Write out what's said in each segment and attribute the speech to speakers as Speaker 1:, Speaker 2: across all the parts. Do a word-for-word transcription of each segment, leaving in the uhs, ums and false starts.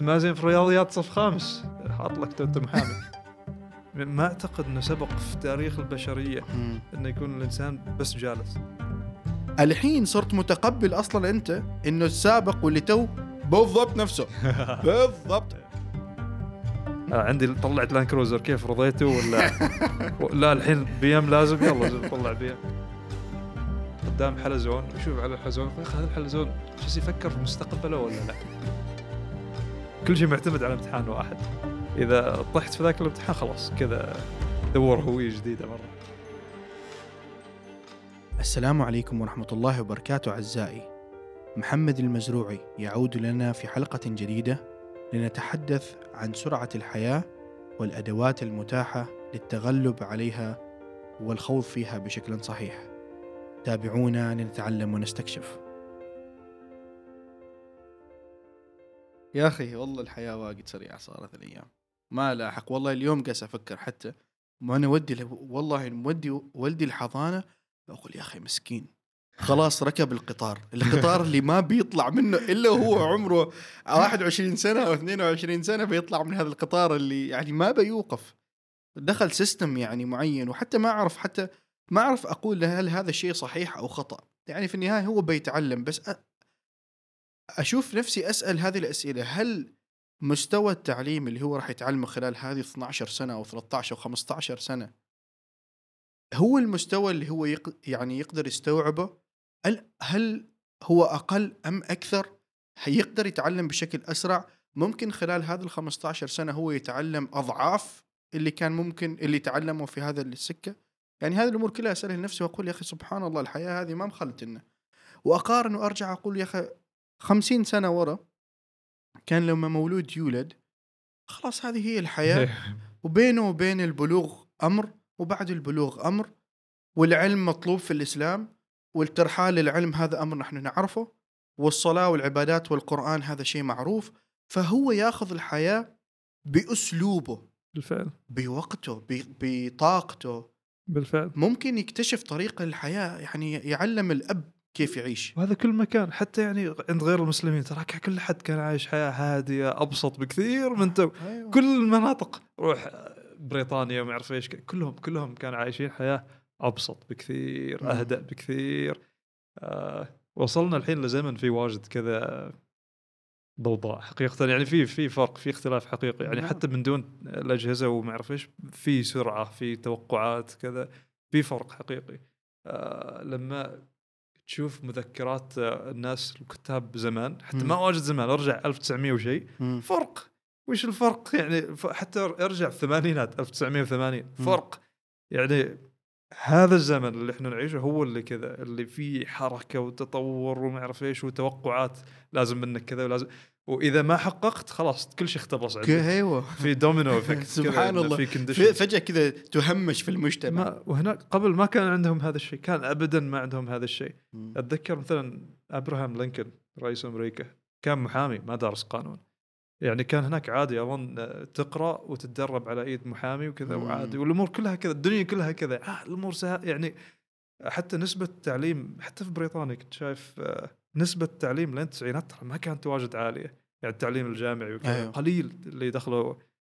Speaker 1: كنت مازين في رياضيات صف خامس حاط لك انت محامي. ما اعتقد انه سبق في تاريخ البشريه انه يكون الانسان بس جالس.
Speaker 2: الحين صرت متقبل اصلا انت انه السابق واللي تو بالضبط نفسه. بالضبط.
Speaker 1: عندي طلعت لان كروزر كيف رضيته ولا لا الحين بيام لازم يلا طلع بيام قدام حلزون وشوف على الحلزون يا اخي هذا الحلزون شو يفكر في مستقبله ولا لا. كل شيء معتمد على امتحان واحد، اذا طحت في ذاك الامتحان خلاص كذا دور هوية جديدة مرة.
Speaker 2: السلام عليكم ورحمة الله وبركاته أعزائي. محمد المزروعي يعود لنا في حلقة جديدة لنتحدث عن سرعة الحياة والأدوات المتاحة للتغلب عليها والخوض فيها بشكل صحيح. تابعونا لنتعلم ونستكشف. يا أخي والله الحياة واجد سريعة صارت الأيام، ما لاحق والله. اليوم قاس أفكر حتى ما أنا ودي والله مودي ولدي الحضانة، أقول يا أخي مسكين خلاص ركب القطار القطار اللي ما بيطلع منه إلا هو عمره واحد وعشرين سنة أو اثنين وعشرين سنة بيطلع من هذا القطار اللي يعني ما بيوقف. دخل سيستم يعني معين، وحتى ما أعرف حتى ما أعرف أقول له هل هذا الشيء صحيح أو خطأ. يعني في النهاية هو بيتعلم، بس أشوف نفسي أسأل هذه الأسئلة: هل مستوى التعليم اللي هو راح يتعلمه خلال هذه اثنتي عشرة سنة أو ثلاثة عشر أو خمسة عشر سنة هو المستوى اللي هو يق... يعني يقدر يستوعبه؟ هل هو أقل أم أكثر؟ هيقدر يتعلم بشكل أسرع؟ ممكن خلال هذه الخمسة عشر سنة هو يتعلم أضعاف اللي كان ممكن اللي تعلمه في هذا السكة؟ يعني هذه الأمور كلها أسألها لنفسي وأقول يا أخي سبحان الله الحياة هذه ما مخلتنا. وأقارن وأرجع أقول يا أخي خمسين سنة ورا كان لما مولود يولد خلاص هذه هي الحياة، وبينه وبين البلوغ أمر، وبعد البلوغ أمر، والعلم مطلوب في الإسلام، والترحال للعلم هذا أمر نحن نعرفه، والصلاة والعبادات والقرآن هذا شيء معروف. فهو يأخذ الحياة بأسلوبه
Speaker 1: بالفعل،
Speaker 2: بوقته، بطاقته.
Speaker 1: بالفعل
Speaker 2: ممكن يكتشف طريقة الحياة، يعني يعلم الأب كيف يعيش.
Speaker 1: وهذا كل مكان، حتى يعني عند غير المسلمين ترى كل حد كان عايش حياة هادية أبسط بكثير من تو.
Speaker 2: أيوة.
Speaker 1: كل المناطق روح بريطانيا وما أعرف إيش كلهم كلهم كانوا عايشين حياة أبسط بكثير، أهدأ بكثير. آه وصلنا الحين لزمن في واجد كذا ضوضاء حقيقة، يعني في في فرق، في اختلاف حقيقي يعني. حتى من دون الأجهزة وما أعرف إيش في سرعة، في توقعات كذا، في فرق حقيقي. آه لما تشوف مذكرات الناس الكتاب زمان، حتى ما واجد زمان، ارجع ألف وتسعمية وشيء، فرق. وش الفرق يعني؟ حتى ارجع الثمانينات ألف وتسعمية وثمانين فرق. يعني هذا الزمن اللي احنا نعيشه هو اللي كذا، اللي فيه حركة وتطور وما اعرف ايش وتوقعات، لازم منك كذا ولازم، واذا ما حققت خلاص كل شيء اختبص عندك.
Speaker 2: ايوه
Speaker 1: في دومينو افكت
Speaker 2: سبحان الله، في فجأة كذا تهمش في المجتمع.
Speaker 1: ما وهناك قبل ما كان عندهم هذا الشيء، كان ابدا ما عندهم هذا الشيء. اتذكر مثلا ابراهام لينكولن رئيس امريكا كان محامي ما دارس قانون، يعني كان هناك عادي اظن تقرا وتتدرب على ايد محامي وكذا وعادي، والامور كلها كذا، الدنيا كلها كذا، آه الامور سهل يعني. حتى نسبة التعليم حتى في بريطانيا كنت شايف نسبة التعليم لين التسعينات ما كانت واجد عالية، يعني التعليم الجامعي وكذا أيوه. قليل اللي دخلوا،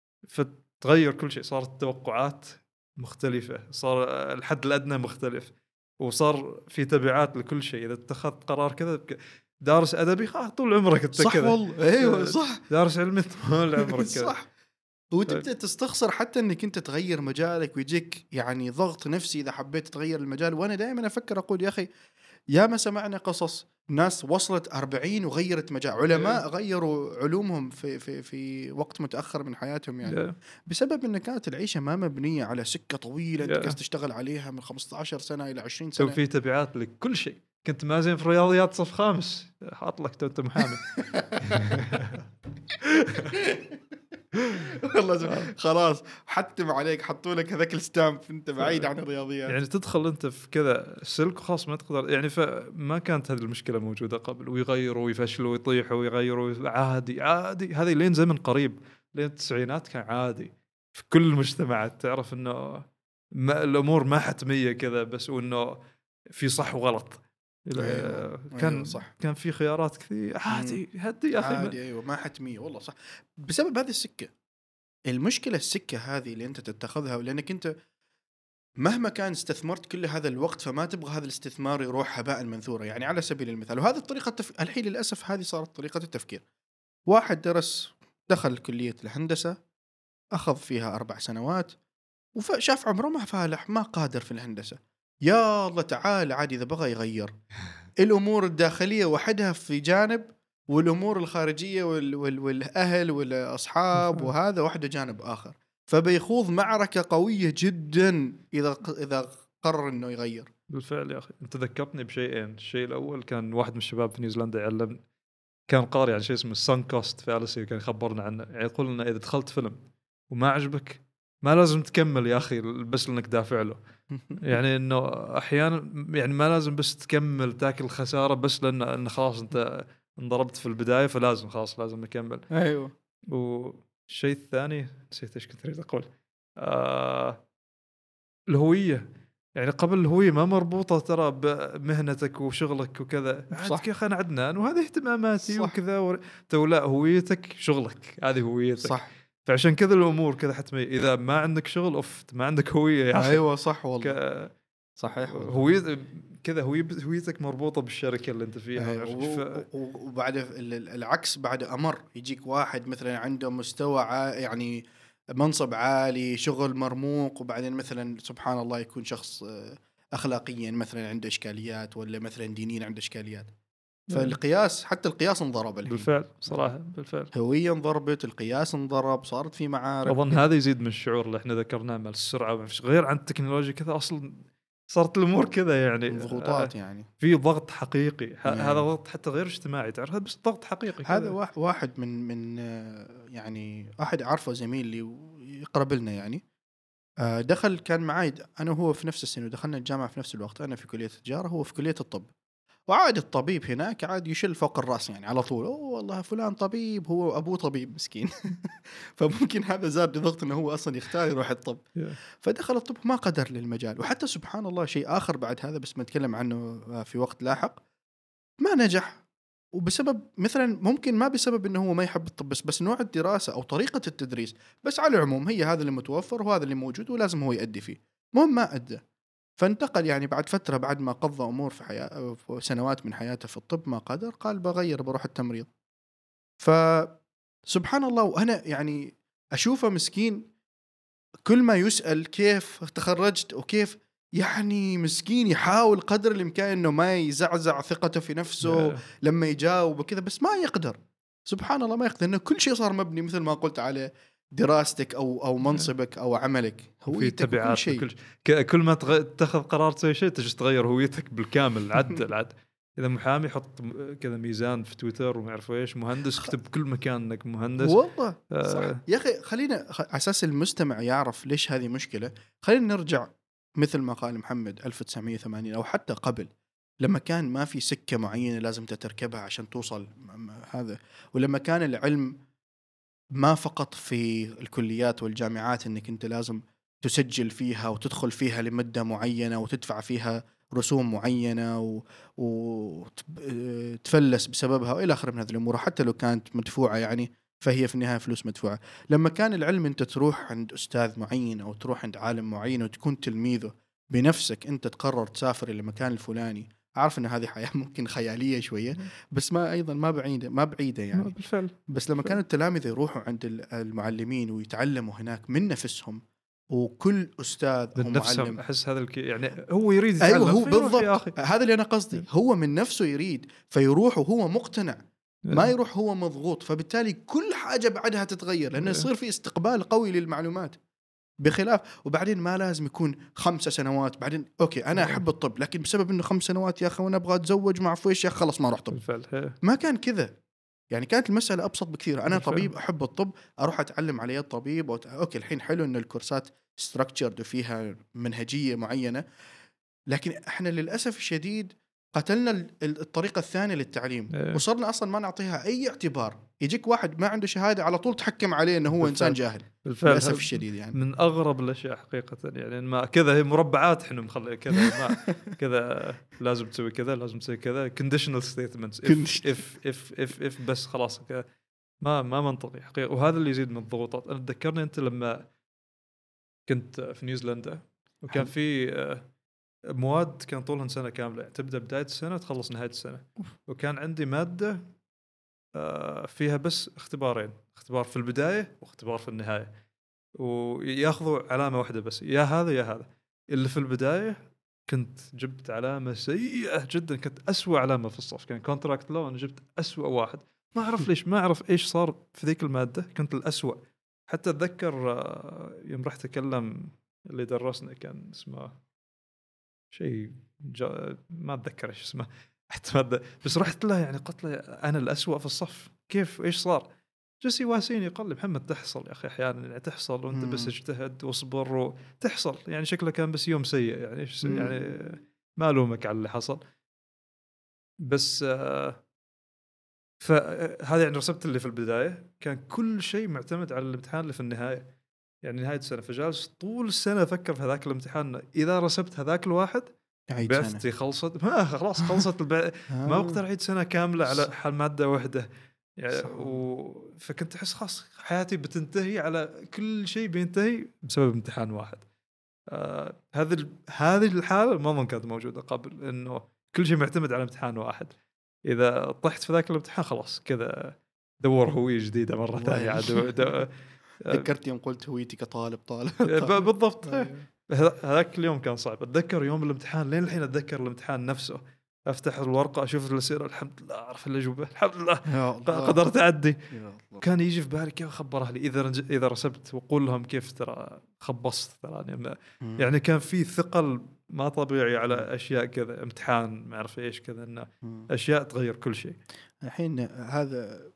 Speaker 1: فتغير كل شيء، صارت التوقعات مختلفة، صار الحد الأدنى مختلف، وصار في تبعات لكل شيء. إذا اتخذت قرار كذا دارس أدبي آه طول عمرك أنت كذا،
Speaker 2: صح والله أيوه صح،
Speaker 1: دارس علمي طول عمرك كذا
Speaker 2: صح. وتبدأ تستخسر حتى أنك أنت تغير مجالك، ويجيك يعني ضغط نفسي إذا حبيت تغير المجال. وأنا دائما أفكر أقول يا أخي يا ما سمعنا قصص ناس وصلت أربعين وغيرت مجال، علماء غيروا علومهم في في في وقت متأخر من حياتهم، يعني بسبب أن كانت العيشة ما مبنية على سكة طويلة أنت تشتغل عليها من خمسة عشر سنة إلى عشرين سنة.
Speaker 1: وفي تبعات لكل شيء. كنت مازين في رياضيات صف خامس حاط لك أنت محامي
Speaker 2: والله خلاص حتم عليك، حطوا لك هذاك الستامب انت بعيد عن الرياضيات.
Speaker 1: يعني تدخل انت في كذا سلك خاص ما تقدر يعني. فما كانت هذه المشكله موجوده قبل، ويغيروا ويفشلوا ويطيحوا ويغيروا عادي عادي. هذه لين زمن قريب، لين التسعينات كان عادي في كل المجتمعات. تعرف انه ما الامور ما حتميه كذا بس، وانه في صح وغلط. إلى
Speaker 2: أيوة.
Speaker 1: كان
Speaker 2: أيوة صح.
Speaker 1: كان في خيارات كثير عادي هدي يا اخي.
Speaker 2: عادي ايوه ما حتميه والله صح. بسبب هذه السكه، المشكله السكه هذه اللي انت تتخذها، لانك انت مهما كان استثمرت كل هذا الوقت فما تبغى هذا الاستثمار يروح هباء منثورا. يعني على سبيل المثال، وهذه الطريقه التف... الحين للاسف هذه صارت طريقه التفكير. واحد درس دخل كليه الهندسه، اخذ فيها اربع سنوات وشاف عمره ما فالح، ما قادر في الهندسه. يا الله تعال عاد اذا بغى يغير الامور الداخليه وحدها في جانب، والامور الخارجيه وال... وال... والاهل والاصحاب وهذا وحده جانب اخر، فبيخوض معركه قويه جدا اذا اذا قرر انه يغير.
Speaker 1: بالفعل يا اخي انت ذكرتني بشيئين. الشيء الاول كان واحد من الشباب في نيوزيلندا يعلم، كان قاري عن شيء اسمه السان كوست فالسي، كان يخبرنا عنه. يعني يقول لنا اذا دخلت فيلم وما عجبك ما لازم تكمل يا اخي بس لانك دافع له. يعني انه احيانا يعني ما لازم بس تكمل تاكل خساره بس لان إن خلاص انت انضربت في البدايه فلازم خلاص لازم نكمل.
Speaker 2: ايوه.
Speaker 1: والشيء الثاني نسيت ايش كنت اريد اقول. آه الهويه. يعني قبل الهويه ما مربوطه ترى بمهنتك وشغلك وكذا.
Speaker 2: صح.
Speaker 1: يا اخي انا عدنان وهذه اهتماماتي
Speaker 2: صح.
Speaker 1: وكذا و... تو لا، هويتك شغلك، هذه هويتك.
Speaker 2: صح.
Speaker 1: فعشان كذا الامور كذا حتمي اذا ما عندك شغل اوف ما عندك هويه يا اخي.
Speaker 2: ايوه صح والله.
Speaker 1: ك...
Speaker 2: صحيح.
Speaker 1: هويت كذا هوية هويتك مربوطه بالشركه اللي انت فيها.
Speaker 2: أيوة. ف... وبعد العكس بعد امر يجيك واحد مثلا عنده مستوى ع... يعني منصب عالي، شغل مرموق، وبعدين مثلا سبحان الله يكون شخص اخلاقيا مثلا عنده اشكاليات، ولا مثلا دينيا عنده اشكاليات. فالقياس حتى القياس انضرب الحين.
Speaker 1: بالفعل صراحه بالفعل
Speaker 2: هويه انضربت، القياس انضرب، صارت في معارك.
Speaker 1: اظن هذا يزيد من الشعور اللي احنا ذكرناه مال السرعه، غير عن التكنولوجيا كذا اصلا صارت الامور كذا يعني
Speaker 2: ضغوطات. يعني
Speaker 1: في ضغط حقيقي.
Speaker 2: يعني
Speaker 1: هذا ضغط حتى غير اجتماعي تعرف، بس ضغط حقيقي.
Speaker 2: هذا واحد من من يعني احد عارفه زميلي يقرب لنا يعني، دخل كان معاي انا وهو في نفس السنه، ودخلنا الجامعه في نفس الوقت. انا في كليه التجاره، هو في كليه الطب. وعاد الطبيب هناك عاد يشل فوق الراس يعني على طول، اوه والله فلان طبيب، هو ابوه طبيب مسكين. فممكن هذا زاد ضغط انه هو اصلا يختار يروح الطب. فدخل الطب ما قدر للمجال. وحتى سبحان الله شيء اخر بعد هذا بس بنتكلم عنه في وقت لاحق، ما نجح. وبسبب مثلا ممكن ما بسبب انه هو ما يحب الطب، بس بس نوع الدراسه او طريقه التدريس. بس على العموم هي هذا اللي متوفر وهذا اللي موجود ولازم هو يؤدي فيه. مهم ما ادى، فانتقل يعني بعد فتره، بعد ما قضى امور في حياة سنوات من حياته في الطب ما قدر، قال بغير بروح التمريض. فسبحان الله. وانا يعني اشوفه مسكين كل ما يسأل كيف تخرجت وكيف، يعني مسكين يحاول قدر الإمكان إنه ما يزعزع ثقته في نفسه لما يجاوب وكذا، بس ما يقدر. سبحان الله ما يقدر، إنه كل شيء صار مبني مثل ما قلت على دراستك أو أو منصبك أو عملك، هويتك كل شيء.
Speaker 1: كل ما تاخذ قرار تسوي شيء تجي تغير هويتك بالكامل. عدل عد إذا محامي حط كذا ميزان في تويتر وما أعرف إيش، مهندس اكتب بكل مكان إنك مهندس.
Speaker 2: والله آه صح. يا أخي خلينا أساس المستمع يعرف ليش هذه مشكلة. خلينا نرجع مثل ما قال محمد ألف وتسعمية وثمانين أو حتى قبل، لما كان ما في سكة معينة لازم تتركبها عشان توصل هذا. ولما كان العلم ما فقط في الكليات والجامعات إنك أنت لازم تسجل فيها وتدخل فيها لمدة معينة وتدفع فيها رسوم معينة وتفلس بسببها وإلى آخر من هذه الأمور، حتى لو كانت مدفوعة يعني فهي في النهاية فلوس مدفوعة. لما كان العلم أنت تروح عند أستاذ معين أو تروح عند عالم معين وتكون تلميذه بنفسك، أنت تقرر تسافر إلى المكان الفلاني. عارف أن هذه حياة ممكن خيالية شوية، بس ما أيضا ما بعيدة ما بعيدة يعني
Speaker 1: بالفعل.
Speaker 2: بس لما كانوا التلاميذ يروحوا عند المعلمين ويتعلموا هناك من نفسهم، وكل أستاذ هو معلم.
Speaker 1: أحس هذا الكي يعني هو يريد يتعلم.
Speaker 2: أيوه هو بالضبط هذا اللي أنا قصدي. هو من نفسه يريد فيروح وهو مقتنع، ما يروح هو مضغوط. فبالتالي كل حاجة بعدها تتغير لأنه يصير في استقبال قوي للمعلومات بخلاف. وبعدين ما لازم يكون خمسة سنوات بعدين أوكي أنا أحب الطب، لكن بسبب إنه خمس سنوات يا أخي وأنا أبغى أتزوج مع فويش يا أخي خلص ما أروح طب. ما كان كذا يعني، كانت المسألة أبسط بكثير. أنا بالفعل. طبيب أحب الطب أروح أتعلم على يد طبيب وت... أوكي الحين حلو إن الكورسات structured وفيها منهجية معينة، لكن إحنا للأسف الشديد قتلنا ال- ال- الطريقه الثانيه للتعليم،
Speaker 1: إيه.
Speaker 2: وصرنا اصلا ما نعطيها اي اعتبار. يجيك واحد ما عنده شهاده على طول تحكم عليه انه هو
Speaker 1: بالفعل.
Speaker 2: انسان جاهل.
Speaker 1: بالفعل
Speaker 2: للاسف
Speaker 1: هذا
Speaker 2: الشديد يعني.
Speaker 1: من اغرب الاشياء حقيقه، يعني ما كذا هي مربعات احنا مخلي كذا ما كذا لازم تسوي كذا لازم تسوي كذا conditional statements if if if if if بس خلاص كذا. ما ما منطقي حقيقة. وهذا اللي يزيد من الضغوطات. انا تذكرني انت لما كنت في نيوزيلندا وكان
Speaker 2: حلو.
Speaker 1: في آه، مواد كان طولها سنه كامله، يعني تبدا بدايه السنه تخلص نهايه السنه. وكان عندي ماده آه، فيها بس اختبارين، اختبار في البدايه واختبار في النهايه، وياخذوا علامه واحده بس، يا هذا يا هذا. اللي في البدايه كنت جبت علامه سيئه جدا، كنت أسوأ علامه في الصف، كان كونتراكت لو انا جبت أسوأ واحد. ما اعرف ليش، ما اعرف ايش صار في ذيك الماده، كنت الأسوأ. حتى اتذكر آه، يوم رحت اكلم اللي درسنا كان اسمه شيء جا... ما اتذكر ايش اسمه حتى مادة. بس رحت له يعني قلت له انا الأسوأ في الصف، كيف ايش صار؟ جالس يواسيني قال لي محمد تحصل يا اخي احيانا، يعني تحصل وانت بس اجتهد واصبر وتحصل، يعني شكله كان بس يوم سيء يعني ايش يعني ما الومك على اللي حصل. بس آه فهذا يعني رسبت اللي في البدايه كان كل شيء معتمد على الامتحان اللي في النهايه، يعني نهايه السنه. فجالس طول السنه افكر في هذاك الامتحان، اذا رسبت هذاك الواحد بعثتي خلصت، ما خلاص خلصت الب... ما اقدر اعيد سنه كامله على حال ماده واحده يعني. و... فكنت احس خلاص حياتي بتنتهي على كل شيء بينتهي بسبب امتحان واحد. آه هذه ال... هذه الحاله ما اظن كانت موجوده قبل، انه كل شيء معتمد على امتحان واحد. اذا طحت في ذاك الامتحان خلاص كذا دور هويه جديده مره ثانيه عاد. دو...
Speaker 2: ذكرت يوم قلت هويتي كطالب طالب
Speaker 1: بالضبط. هذاك اليوم كان صعب. اتذكر يوم الامتحان لين الحين اتذكر الامتحان نفسه، افتح الورقه اشوف الاسئله الحمد لله اعرف الاجوبه الحمد لله قدرت اعدي. كان يجي في بالي كيف اخبر اهلي اذا رنج... اذا رسبت واقول لهم كيف ترى خبصت ترى يعني. يعني كان في ثقل ما طبيعي على اشياء كذا، امتحان ما اعرف ايش كذا، انه اشياء تغير كل شيء.
Speaker 2: الحين هذا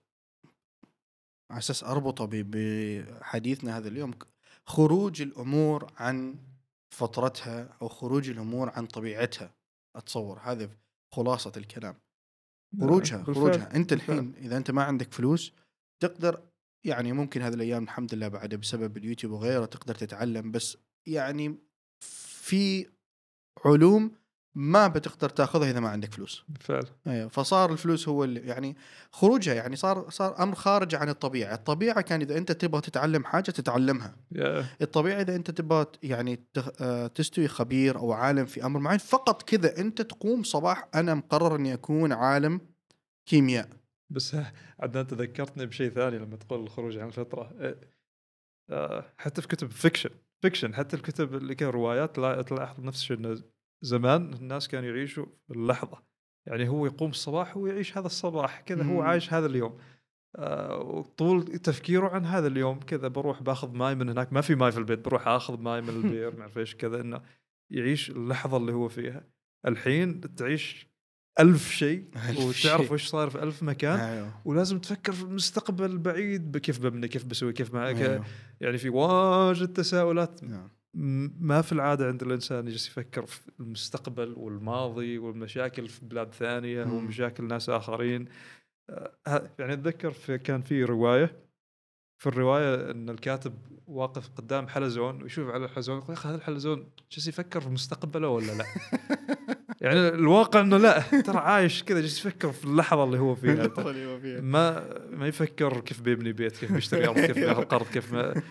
Speaker 2: على اساس اربطه بحديثنا هذا اليوم، خروج الامور عن فترتها او خروج الامور عن طبيعتها. اتصور هذا خلاصه الكلام، خروجها خروجها انت الحين اذا انت ما عندك فلوس تقدر يعني ممكن هذه الايام الحمد لله بعد بسبب اليوتيوب وغيره تقدر تتعلم، بس يعني في علوم ما بتقدر تاخذها اذا ما عندك فلوس.
Speaker 1: بالفعل.
Speaker 2: ايوه، فصار الفلوس هو اللي يعني خروجها، يعني صار صار امر خارج عن الطبيعه. الطبيعه كان اذا انت تبغى تتعلم حاجه تتعلمها.
Speaker 1: yeah.
Speaker 2: الطبيعي اذا انت تبغى يعني تستوي خبير او عالم في امر معين فقط كذا انت تقوم صباح انا مقرر اني اكون عالم كيمياء.
Speaker 1: بس عدنا تذكرتني بشيء ثاني لما تقول الخروج عن الفتره. حتى في كتب فيكشن فيكشن حتى الكتب اللي كان روايات لا تلاحظ نفس الشيء، انه زمان الناس كانوا يعيشوا اللحظه، يعني هو يقوم الصباح ويعيش هذا الصباح كذا، هو عايش هذا اليوم آه، وطول تفكيره عن هذا اليوم كذا. بروح باخذ ماي من هناك، ما في ماي في البيت، بروح اخذ ماي من البير ما اعرف ايش كذا، انه يعيش اللحظه اللي هو فيها. الحين تعيش ألف شيء وتعرف وش صار في ألف مكان. أيوه. ولازم تفكر في المستقبل البعيد، كيف ببني كيف بسوي كيف ما أيوه. يعني في واجد تساؤلات أيوه. ما في العادة عند الإنسان يجلس يفكر في المستقبل والماضي والمشاكل في بلاد ثانية م. ومشاكل ناس آخرين. يعني أتذكر في كان في رواية، في الرواية أن الكاتب واقف قدام حلزون ويشوف على الحلزون يقول هذا الحلزون جالس يفكر في مستقبله ولا لا. يعني الواقع انه لا، ترى عايش كذا جالس يفكر في اللحظه اللي هو فيها، ما ما يفكر كيف بيبني بيت، كيف بيشتري ارض، كيف بياخذ قرض، كيف ما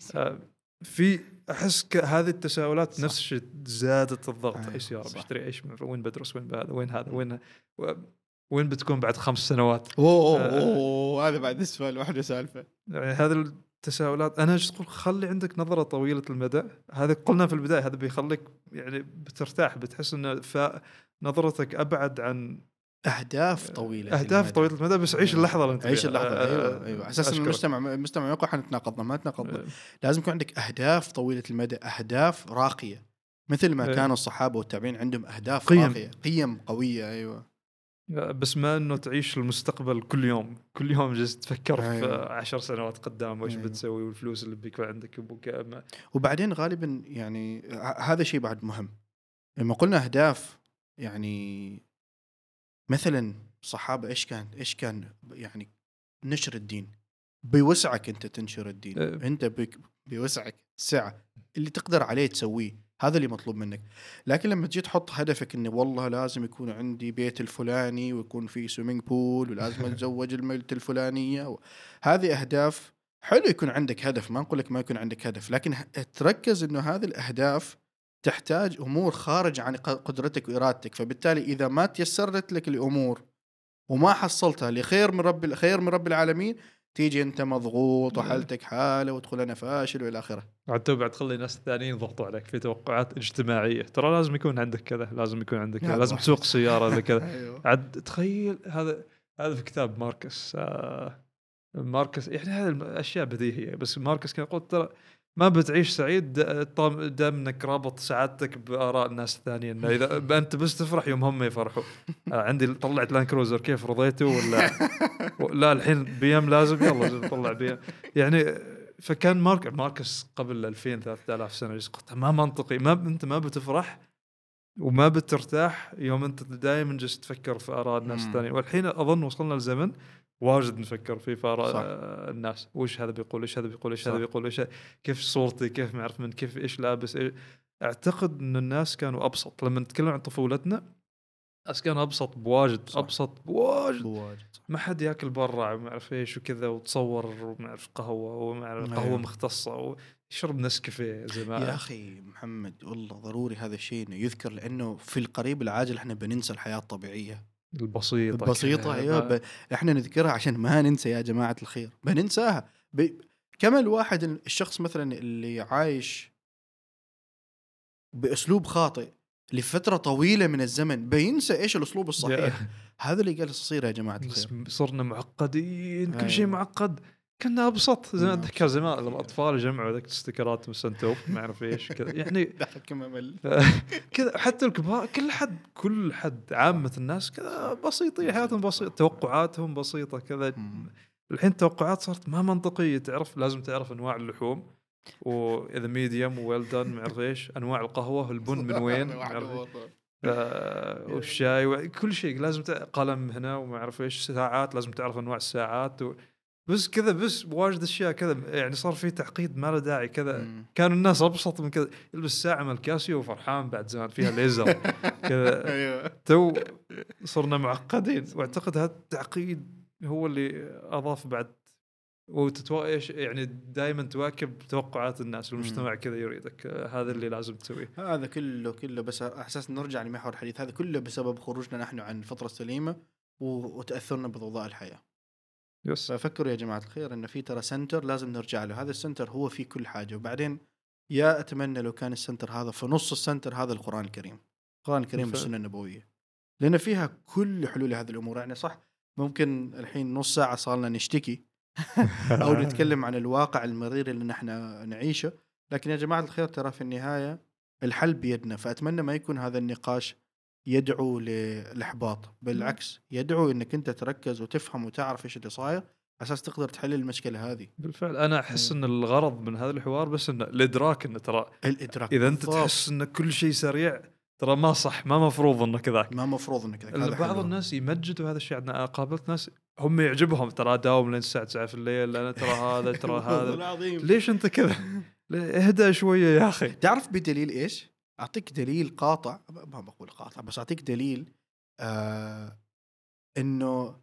Speaker 1: في. احس هذه التساؤلات نفس الشيء زادت الضغط. ايش يا رب اشتري، ايش وين بدرس، وين هذا وين هذا وين وين بتكون بعد خمس سنوات.
Speaker 2: اوه اوه هذا بعد السؤال واحده سالفه.
Speaker 1: يعني هذا التساؤلات انا ايش تقول، خلي عندك نظره طويله المدى. هذا قلنا في البدايه، هذا بيخليك يعني بترتاح، بتحس ان نظرتك ابعد عن
Speaker 2: اهداف طويله
Speaker 1: اهداف المدى. طويله المدى، بس عيش اللحظه اللي انت
Speaker 2: عيش اللحظه. ايوه ايوه اساس المجتمع المجتمع يقول حنتناقضنا ما تناقضنا. أه. لازم يكون عندك اهداف طويله المدى، اهداف راقيه مثل ما أه. كانوا الصحابه والتابعين عندهم اهداف قيم. راقيه، قيم قويه. ايوه
Speaker 1: بس ما انه تعيش المستقبل كل يوم كل يوم جالس تفكر أيوة. في عشر سنوات قدام وإيش أيوة. بتسوي والفلوس اللي بيكون عندك ابوك.
Speaker 2: وبعدين غالبا يعني هذا شيء بعد مهم لما قلنا اهداف، يعني مثلا الصحابة إيش كان إيش كان يعني نشر الدين بيوسعك أنت تنشر الدين،
Speaker 1: أه.
Speaker 2: أنت بيك بيوسعك السعة اللي تقدر عليه تسويه، هذا اللي مطلوب منك. لكن لما تجي تحط هدفك إنه والله لازم يكون عندي بيت الفلاني ويكون في سويمينج بول ولازم أتزوج الملك الفلانية و... هذه أهداف. حلو يكون عندك هدف، ما نقول لك ما يكون عندك هدف، لكن تركز إنه هذه الأهداف تحتاج أمور خارج عن قدرتك وإرادتك، فبالتالي إذا ما تيسرت لك الأمور وما حصلتها لخير من رب خير من رب العالمين، تيجي أنت مضغوط وحالتك حالة وتقول أنا فاشل وإلى آخره.
Speaker 1: عاد بعد تخلي ناس ثانيين يضغطوا عليك في توقعات اجتماعية، ترى لازم يكون عندك كذا، لازم يكون عندك كذا، لازم تسوق سيارة لكذا.
Speaker 2: أيوه.
Speaker 1: عاد تخيل هذا هذا في كتاب ماركس آه ماركس يعني هذه الأشياء بديهية، بس ماركس كان يقول ترى ما بتعيش سعيد دام انك رابط سعادتك بآراء الناس الثانية، انه اذا انت بس تفرح يوم هم يفرحوا. آه عندي طلعت لان كروزر كيف رضيته ولا لا الحين بيام لازم يلا طلع بيام يعني. فكان مارك ماركس قبل ألفين ثلاثة آلاف سنة قلت ما منطقي، ما انت ما بتفرح وما بترتاح يوم انت دائما جالس تفكر في آراء الناس الثانية. والحين اظن وصلنا لزمن واجد نفكر في آراء الناس، وش هذا بيقول، ايش هذا بيقول، ايش هذا بيقول، ايش كيف صورتي، كيف ما اعرف من كيف ايش لابس إيه. اعتقد ان الناس كانوا ابسط لما نتكلم عن طفولتنا، الناس كانوا ابسط بواجد،
Speaker 2: صح.
Speaker 1: ابسط بواجد,
Speaker 2: بواجد.
Speaker 1: ما حد ياكل برا وما اعرف ايش وكذا، وتصور وما اعرف قهوه وما اعرف قهوه
Speaker 2: أيوه.
Speaker 1: مختصه ويشرب نسكافيه زمان.
Speaker 2: يا اخي محمد والله ضروري هذا الشيء انه يذكر، لانه في القريب العاجل احنا بننسى الحياه الطبيعيه
Speaker 1: البسيطه
Speaker 2: البسيطه. ايوه
Speaker 1: ما...
Speaker 2: ب... احنا نذكرها عشان ما ننسى يا جماعه الخير، بننساها ب... كما الواحد الشخص مثلا اللي عايش باسلوب خاطئ لفتره طويله من الزمن بينسى ايش الاسلوب الصحيح. هذا اللي قال يصير يا جماعه الخير.
Speaker 1: صرنا معقدين، كل
Speaker 2: أيوة.
Speaker 1: شيء معقد. كنا ابسط زمان،
Speaker 2: كنا
Speaker 1: اتذكر زمان لما اطفال جمعوا ذاك الاستيكرات وسنتوب ما اعرف ايش كذا يعني كذا. حتى الكبار كل حد كل حد عامه الناس كذا بسيطين، حياتهم بسيطه، توقعاتهم بسيطه كذا. الحين التوقعات صارت ما منطقيه، تعرف لازم تعرف انواع اللحوم، واذا ميديوم ويل دون ما اعرف ايش، انواع القهوه، البن من وين آه والشاي، كل شيء لازم تع... قلم هنا وما اعرف ايش، ساعات لازم تعرف انواع الساعات و... بس كذا، بس واجد اشياء كذا يعني صار في تعقيد ما له داعي كذا. كانوا الناس ابسط من كذا، يلبس ساعه من الكاسيو وفرحان بعد زمان فيها ليزر كذا. تو صرنا معقدين، واعتقد هذا التعقيد هو اللي اضاف بعد، وتتو... ايش يعني دائما تواكب توقعات الناس والمجتمع كذا يريدك. هذا اللي لازم تسويه.
Speaker 2: هذا كله كله بس احساس نرجع لمحور الحديث، هذا كله بسبب خروجنا نحن عن الفطره السليمه وتاثرنا بضوضاء الحياه.
Speaker 1: يس.
Speaker 2: ففكروا يا جماعه الخير انه في ترى سنتر لازم نرجع له، هذا السنتر هو فيه كل حاجه. وبعدين يا اتمنى لو كان السنتر هذا في نص السنتر هذا القران الكريم، القران الكريم والسنه النبويه، لان فيها كل حلول هذه الامور. يعني صح ممكن الحين نص ساعه صارنا نشتكي او نتكلم عن الواقع المرير اللي نحن نعيشه، لكن يا جماعه الخير ترى في النهايه الحل بيدنا. فاتمنى ما يكون هذا النقاش يدعو للاحباط، بالعكس يدعو انك انت تركز وتفهم وتعرف ايش اللي صاير اساس تقدر تحل المشكله هذه.
Speaker 1: بالفعل انا احس ان الغرض من هذا الحوار بس ان الادراك، ان ترى
Speaker 2: الادراك
Speaker 1: اذا انت
Speaker 2: بالضبط.
Speaker 1: تحس ان كل شيء سريع ترى ما صح، ما مفروض انه كذاك،
Speaker 2: ما مفروض انك كذاك.
Speaker 1: بعض حلو. الناس يمجدوا هذا الشيء. عندنا قابلت ناس هم يعجبهم ترى داوم لين الساعه تسعة في الليل، لان ترى هذا ترى هذا ليش انت كذا؟ اهدى شويه يا اخي.
Speaker 2: تعرف بدليل ايش؟ اعطيك دليل قاطع، ما بقول قاطع بس اعطيك دليل آه انه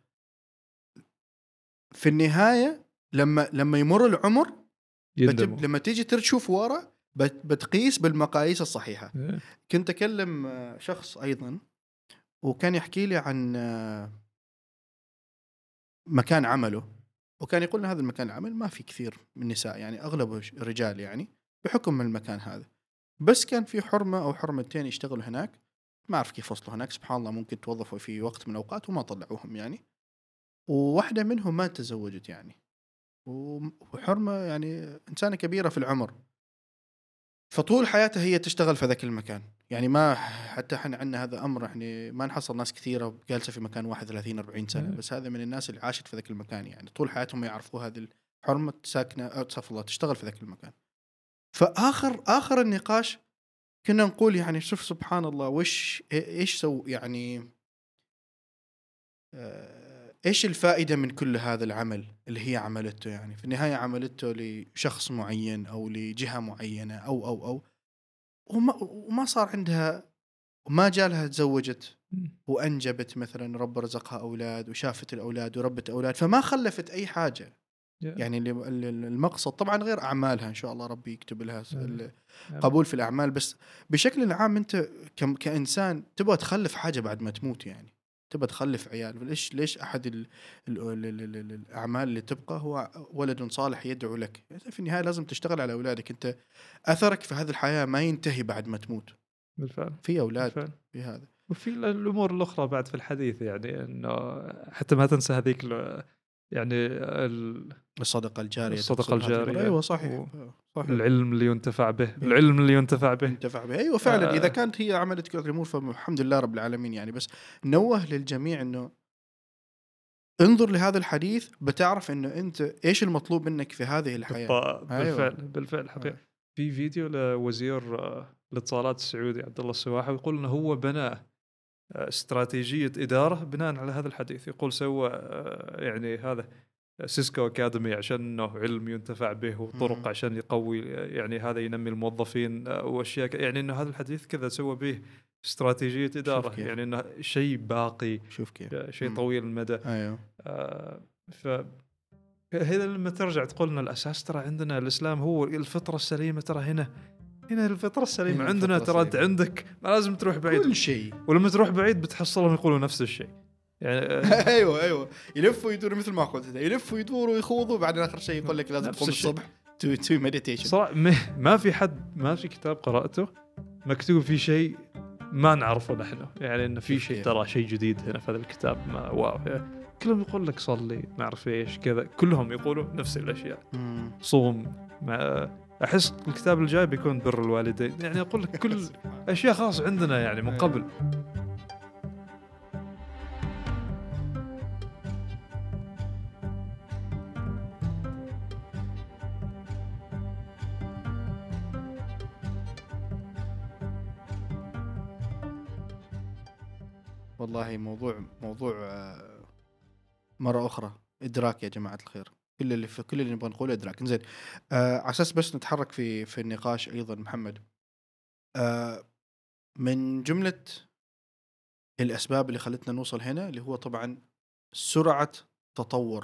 Speaker 2: في النهايه لما لما يمر العمر بتب... لما تيجي تشوف ورا بت... بتقيس بالمقاييس الصحيحه. yeah. كنت اكلم شخص ايضا وكان يحكي لي عن مكان عمله، وكان يقول لنا هذا المكان العمل ما في كثير من النساء، يعني اغلبه رجال يعني بحكم من المكان هذا، بس كان في حرمه او حرمتين يشتغلوا هناك، ما اعرف كيف وصلوا هناك، سبحان الله ممكن توظفوا في وقت من الاوقات وما طلعوهم يعني، وواحده منهم ما تزوجت يعني، وحرمه يعني انسانه كبيره في العمر، فطول حياتها هي تشتغل في ذاك المكان. يعني ما حتى احنا عندنا هذا امر، احنا ما نحصل ناس كثيره جالسه في مكان واحد ثلاثين أربعين سنه، بس هذا من الناس اللي عاشت في ذاك المكان، يعني طول حياتهم يعرفوا هذه الحرمه ساكنه او تصف الله تشتغل في ذاك المكان. فاخر اخر النقاش كنا نقول يعني شوف سبحان الله وش ايش سو يعني آه، ايش الفائده من كل هذا العمل اللي هي عملته؟ يعني في النهايه عملته لشخص معين او لجهه معينه او او او وما, وما صار عندها، وما جالها تزوجت وانجبت مثلا، رب رزقها اولاد وشافت الاولاد وربت اولاد، فما خلفت اي حاجه. يعني اللي المقصد طبعا غير اعمالها، ان شاء الله ربي يكتب لها القبول في الاعمال، بس بشكل عام انت كانسان تبغى تخلف حاجه بعد ما تموت، يعني تبغى تخلف عيال. ليش ليش احد ال ال ال ال ال الاعمال اللي تبقى هو ولد صالح يدعو لك؟ في النهايه لازم تشتغل على اولادك. انت اثرك في هذه الحياه ما ينتهي بعد ما تموت.
Speaker 1: بالفعل
Speaker 2: في اولاد
Speaker 1: بالفعل.
Speaker 2: في هذا.
Speaker 1: وفي الامور الاخرى بعد في الحديث، يعني انه حتى ما تنسى هذيك يعني
Speaker 2: الصدقه الجاريه،
Speaker 1: الصدقه الجاريه.
Speaker 2: ايوه صحيح و... صحيح.
Speaker 1: العلم اللي ينتفع به، العلم اللي ينتفع به
Speaker 2: ينتفع به ايوه فعلا. آه. اذا كانت هي عملت كل الامور فالحمد لله رب العالمين يعني. بس نوه للجميع انه انظر لهذا الحديث بتعرف انه انت ايش المطلوب منك في هذه الحياه.
Speaker 1: بالفعل أيوة. بالفعل حقيقة. في فيديو لوزير الاتصالات السعودي عبد الله السواحي يقول انه هو بنى استراتيجية إدارة بناء على هذا الحديث. يقول سوى يعني هذا سيسكو أكاديمي عشان إنه علم ينتفع به، وطرق عشان يقوي يعني هذا ينمي الموظفين وأشياء، يعني إنه هذا الحديث كذا سوى به استراتيجية إدارة، يعني إنه شيء باقي،
Speaker 2: شوف كيف
Speaker 1: شيء طويل المدى.
Speaker 2: أيوه.
Speaker 1: آه ف هذا لما ترجع تقول لنا الأساس ترى عندنا الإسلام هو الفطرة السليمة، ترى هنا هنا الفطرة السليمة عندنا، ترى أنت عندك ما لازم تروح بعيد
Speaker 2: كل شيء،
Speaker 1: ولما تروح بعيد بتحصلهم يقولوا نفس الشيء يعني.
Speaker 2: ايوه ايوه يلفوا يدوروا مثل ما قلت، يلفوا يدوروا ويخوضوا، بعدين اخر شيء يقول لك لازم تقوم الصبح تو تو مديتيشن.
Speaker 1: صراحه ما في حد ما في كتاب قراته مكتوب فيه شيء ما نعرفه نحن، يعني انه في شيء ترى شيء جديد هنا في هذا الكتاب. ما واو يعني كلهم يقول لك صلي ما اعرف ايش كذا، كلهم يقولوا نفس الاشياء. مم. صوم، ما احس الكتاب الجاي بيكون بر الوالدين، يعني اقول لك كل اشياء خاص عندنا يعني من قبل.
Speaker 2: والله موضوع موضوع مرة أخرى إدراك يا جماعة الخير. كل اللي في كل اللي نبغى نقوله إدراك. إنزين آه على أساس بس نتحرك في في النقاش أيضا محمد. آه من جملة الأسباب اللي خلتنا نوصل هنا اللي هو طبعا سرعة تطور،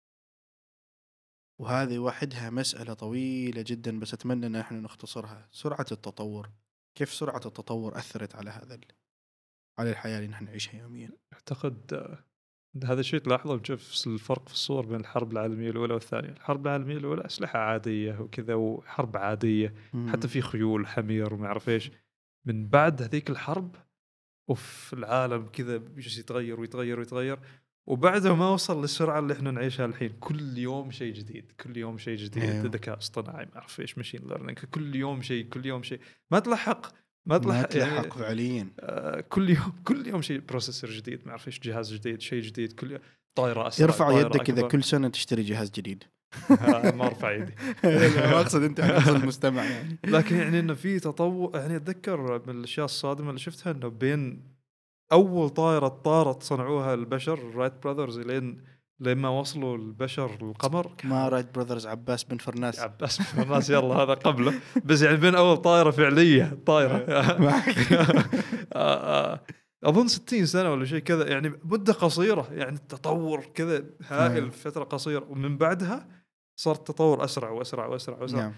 Speaker 2: وهذه وحدها مسألة طويلة جدا بس أتمنى أن احنا نختصرها. سرعة التطور، كيف سرعة التطور أثرت على هذا على الحياة اللي نحن نعيشها يوميا؟
Speaker 1: أعتقد هذا الشيء تلاحظه نشوف الفرق في الصور بين الحرب العالمية الأولى والثانية. الحرب العالمية الأولى أسلحة عادية وكذا وحرب عادية، مم. حتى في خيول حمير وما أعرف إيش. من بعد هذيك الحرب وفي العالم كذا بيجي يتغير ويتغير ويتغير، وبعده ما وصل للسرعة اللي احنا نعيشها الحين. كل يوم شيء جديد، كل يوم شيء جديد. أيوه. ذكاء اصطناعي ما أعرف إيش، ماشين ليرنينج، كل يوم شيء كل يوم شيء. ما تلحق ما تلحق,
Speaker 2: ما تلحق يعني فعليا.
Speaker 1: آه كل يوم كل يوم شيء، بروسيسور جديد ما أعرف إيش، جهاز جديد، شيء جديد كل يوم. طائرة أسرع،
Speaker 2: ارفع يدك إذا كل سنة تشتري جهاز جديد.
Speaker 1: ما ارفع يدي.
Speaker 2: ما اقصد انت، اقصد المستمع يعني.
Speaker 1: لكن يعني انه في تطور. يعني اتذكر من الاشياء الصادمه اللي شفتها انه بين اول طائره طارت صنعوها البشر رايت براذرز لين لما وصلوا البشر للقمر.
Speaker 2: ما رايت براذرز، عباس بن فرناس.
Speaker 1: عباس بن فرناس يلا هذا قبله، بس يعني بين اول طائره فعليه طائره اظن ستين سنه ولا شيء كذا، يعني مده قصيره، يعني التطور كذا هائل في فتره قصيره. ومن بعدها صار التطور اسرع واسرع واسرع واسرع. نعم.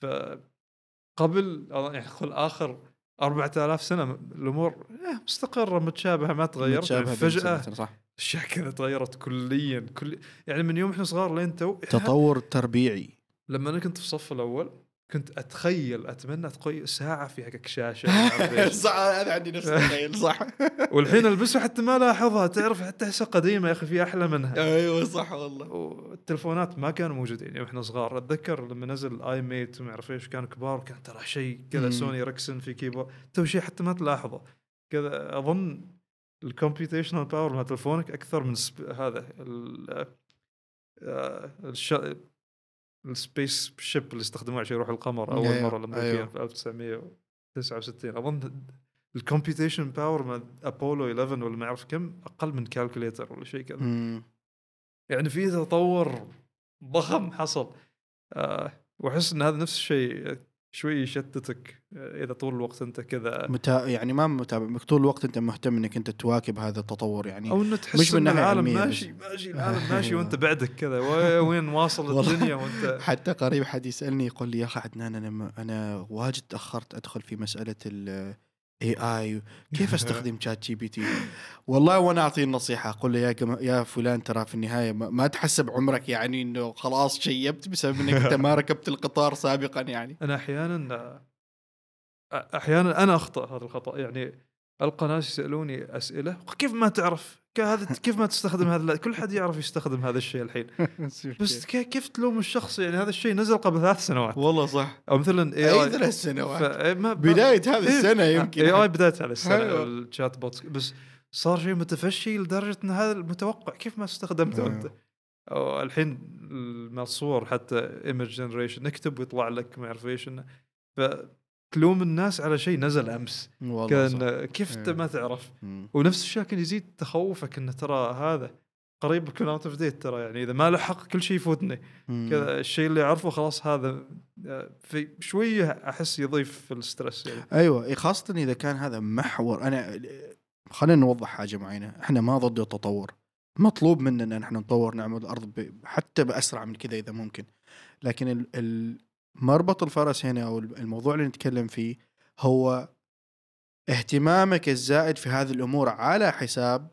Speaker 1: فقبل يعني خل اخر أربعة آلاف سنه الامور مستقره متشابهه ما تغيرت. فجاه اشياء كذا تغيرت كليا كل يعني من يوم احنا صغار لين تو.
Speaker 2: تطور تربيعي.
Speaker 1: لما انا كنت في الصف الاول كنت اتخيل اتمنى تقوي ساعه في حقك شاشه.
Speaker 2: صح انا عندي نفس التخيل صح.
Speaker 1: والحين البسه حتى ما لاحظها، تعرف حتى تحسها قديمه يا اخي، في احلى منها.
Speaker 2: ايوه صح والله.
Speaker 1: والتلفونات ما كانوا موجودين يعني احنا صغار. اتذكر لما نزل اي ميت وما اعرف ايش كانوا كبار، كان ترى شيء كذا سوني ريكسن في كيبورد، تو شيء حتى ما تلاحظه كذا. اظن الكمبيوتيشنال باور مال تلفونك اكثر من سب... هذا ال الش... السبيس شيب اللي استخدموه عشان يروح القمر اول مره الامريكيين في ألف وتسعمية وتسعة وستين اظن الكمبيوتيشن باور مع ابولو إحدى عشر ولا ما اعرف كم اقل من كالكوليتر ولا شيء كذا.
Speaker 2: مم.
Speaker 1: يعني في تطور ضخم حصل. آه واحس ان هذا نفس الشيء شوي يشتتك اذا طول الوقت انت كذا
Speaker 2: متا... يعني ما متابع طول الوقت انت مهتم انك انت تواكب هذا التطور يعني،
Speaker 1: او انه تحس
Speaker 2: مش من
Speaker 1: ان
Speaker 2: ناحية
Speaker 1: العالم
Speaker 2: علمية
Speaker 1: ماشي
Speaker 2: بس.
Speaker 1: ماشي العالم ماشي
Speaker 2: أيوة.
Speaker 1: وانت بعدك كذا و- وين واصل
Speaker 2: والله.
Speaker 1: الدنيا وانت
Speaker 2: حتى قريب حد يسألني يقول لي يا أخي عدنان أنا م- أنا واجد تأخرت أدخل في مسألة ال إيه آي كيف أستخدم شات جي بي تي. والله وأنا أعطيه النصيحة أقول له يا جم... يا فلان ترى في النهاية ما, ما تحسب عمرك يعني إنه خلاص شيبت بسبب إنك أنت ما ركبت القطار سابقا يعني.
Speaker 1: انا احيانا احيانا انا اخطا هذا الخطا. يعني القى ناس يسالوني اسئله كيف ما تعرف هذا كيف ما تستخدم هذا كل حد يعرف يستخدم هذا الشيء الحين بس كي- كيف تلوم الشخص يعني هذا الشيء نزل قبل ثلاث سنوات
Speaker 2: والله صح.
Speaker 1: او مثلا اي
Speaker 2: أي
Speaker 1: اي
Speaker 2: ثلاث سنوات
Speaker 1: فما
Speaker 2: بداية هذه السنة يمكن.
Speaker 1: اي اي بدايه على السنه
Speaker 2: أيوة.
Speaker 1: الشات بوت بس صار شيء متفشي لدرجه ان هذا المتوقع كيف ما استخدمته
Speaker 2: أيوة.
Speaker 1: انت. أو الحين مع الصور حتى ايمج جنريشن نكتب ويطلع لك ما اعرف ايش إنه- فتلوم الناس على شيء نزل امس
Speaker 2: والله
Speaker 1: كان
Speaker 2: صح.
Speaker 1: كيف انت
Speaker 2: أيوة.
Speaker 1: ما تعرف.
Speaker 2: مم.
Speaker 1: ونفس الشيء كان يزيد تخوفك انه ترى هذا قريب يكون اوت اوف ديت ترى يعني اذا ما لحق كل شيء يفوتني
Speaker 2: مم.
Speaker 1: كذا الشيء اللي اعرفه خلاص هذا في شويه احس يضيف في الستريس يعني.
Speaker 2: ايوه خاصه اذا كان هذا محور. انا خلينا نوضح حاجه معينه، احنا ما ضد التطور، مطلوب مننا ان احنا نطور نعمل الارض ب... حتى باسرع من كذا اذا ممكن، لكن ال... ال... مربط الفرس هنا او الموضوع اللي نتكلم فيه هو اهتمامك الزائد في هذه الامور على حساب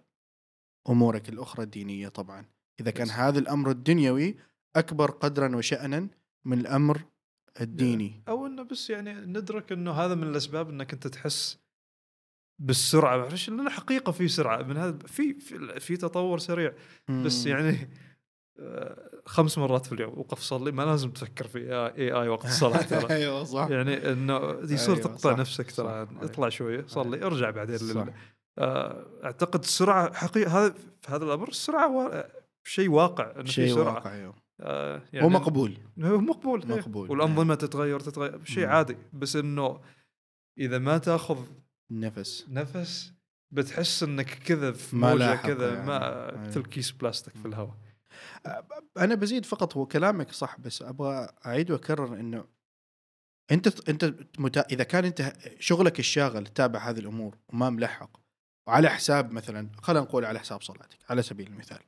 Speaker 2: امورك الاخرى الدينيه. طبعا اذا كان
Speaker 1: بس.
Speaker 2: هذا الامر الدنيوي اكبر قدرا وشأنا من الامر الديني،
Speaker 1: او انه بس يعني ندرك انه هذا من الاسباب انك انت تحس بالسرعه. معلش لنا حقيقه في سرعه من هذا في في, في تطور سريع بس
Speaker 2: مم.
Speaker 1: يعني آه، خمس مرات في اليوم وقف صلي ما لازم تفكر في اي اي وقت الصلاه ترى.
Speaker 2: ايوه صح.
Speaker 1: يعني انه يصير
Speaker 2: أيوة
Speaker 1: تقطع
Speaker 2: صح،
Speaker 1: نفسك ترى
Speaker 2: صح.
Speaker 1: اطلع شويه صلي ارجع بعدين
Speaker 2: صح.
Speaker 1: لل... آه، اعتقد السرعه حقيقه هذا في هذا الامر السرعه و... شيء واقع انه في
Speaker 2: شيء
Speaker 1: سرعه
Speaker 2: واقع أيوة.
Speaker 1: آه، يعني
Speaker 2: هو مقبول
Speaker 1: هو مقبول,
Speaker 2: مقبول.
Speaker 1: والانظمه تتغير تتغير شيء
Speaker 2: مم.
Speaker 1: عادي بس انه اذا ما تاخذ
Speaker 2: النفس
Speaker 1: نفس بتحس انك كذا في
Speaker 2: ما
Speaker 1: موجه
Speaker 2: لاحق
Speaker 1: كذا
Speaker 2: يعني.
Speaker 1: ما
Speaker 2: أيوة.
Speaker 1: مثل كيس بلاستيك في الهواء.
Speaker 2: انا بزيد فقط، هو كلامك صح بس ابغى اعيد واكرر انه انت انت متا... اذا كان انت شغلك الشاغل تتابع هذه الامور وما ملحق وعلى حساب مثلا خلينا نقول على حساب صلاتك على سبيل المثال،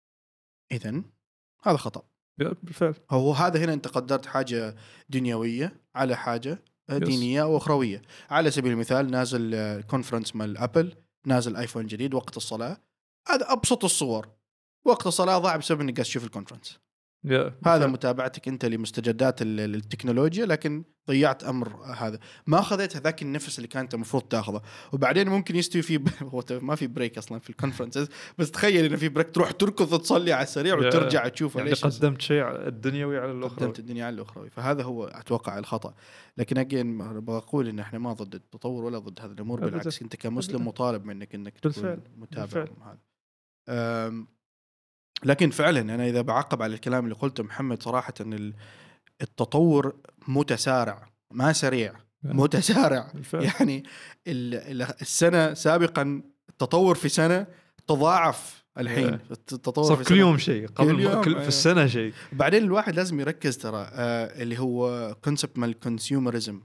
Speaker 2: اذا هذا خطأ
Speaker 1: بالفعل.
Speaker 2: هو هذا هنا انت قدرت حاجه دنيويه على حاجه دينيه
Speaker 1: يس.
Speaker 2: او اخرويه. على سبيل المثال نازل كونفرنس مال ابل، نازل ايفون جديد وقت الصلاه، هذا ابسط الصور، وقت الصلاه ضاع بسبب انك قاعد تشوف الكونفرنس. هذا متابعتك انت لمستجدات التكنولوجيا، لكن ضيعت امر هذا، ما اخذت هذاك النفس اللي كانت المفروض تاخذه. وبعدين ممكن يستوي في ب... ما في بريك اصلا في الكونفرنسز، بس تخيل انه في بريك تروح تركض تصلي على السريع وترجع تشوف
Speaker 1: يعني
Speaker 2: ليش
Speaker 1: قدمت شيء الدنيوي على الاخروي،
Speaker 2: قدمت الدنيا على الاخروي. فهذا هو اتوقع الخطا. لكن اجين بقول ان احنا ما ضد التطور ولا ضد هذه الامور، بالعكس انت كمسلم
Speaker 1: أبداً.
Speaker 2: مطالب منك انك
Speaker 1: بالفعل.
Speaker 2: تكون متابع
Speaker 1: بالفعل.
Speaker 2: هذا. لكن فعلا أنا إذا بعقب على الكلام اللي قلته محمد صراحة أن التطور متسارع ما سريع متسارع. يعني السنة سابقا التطور في سنة تضاعف الحين التطور في
Speaker 1: كل يوم شيء قبل يوم كل في السنة شيء.
Speaker 2: بعدين الواحد لازم يركز ترى آه اللي هو كونسبت مال الكونسيومرزم،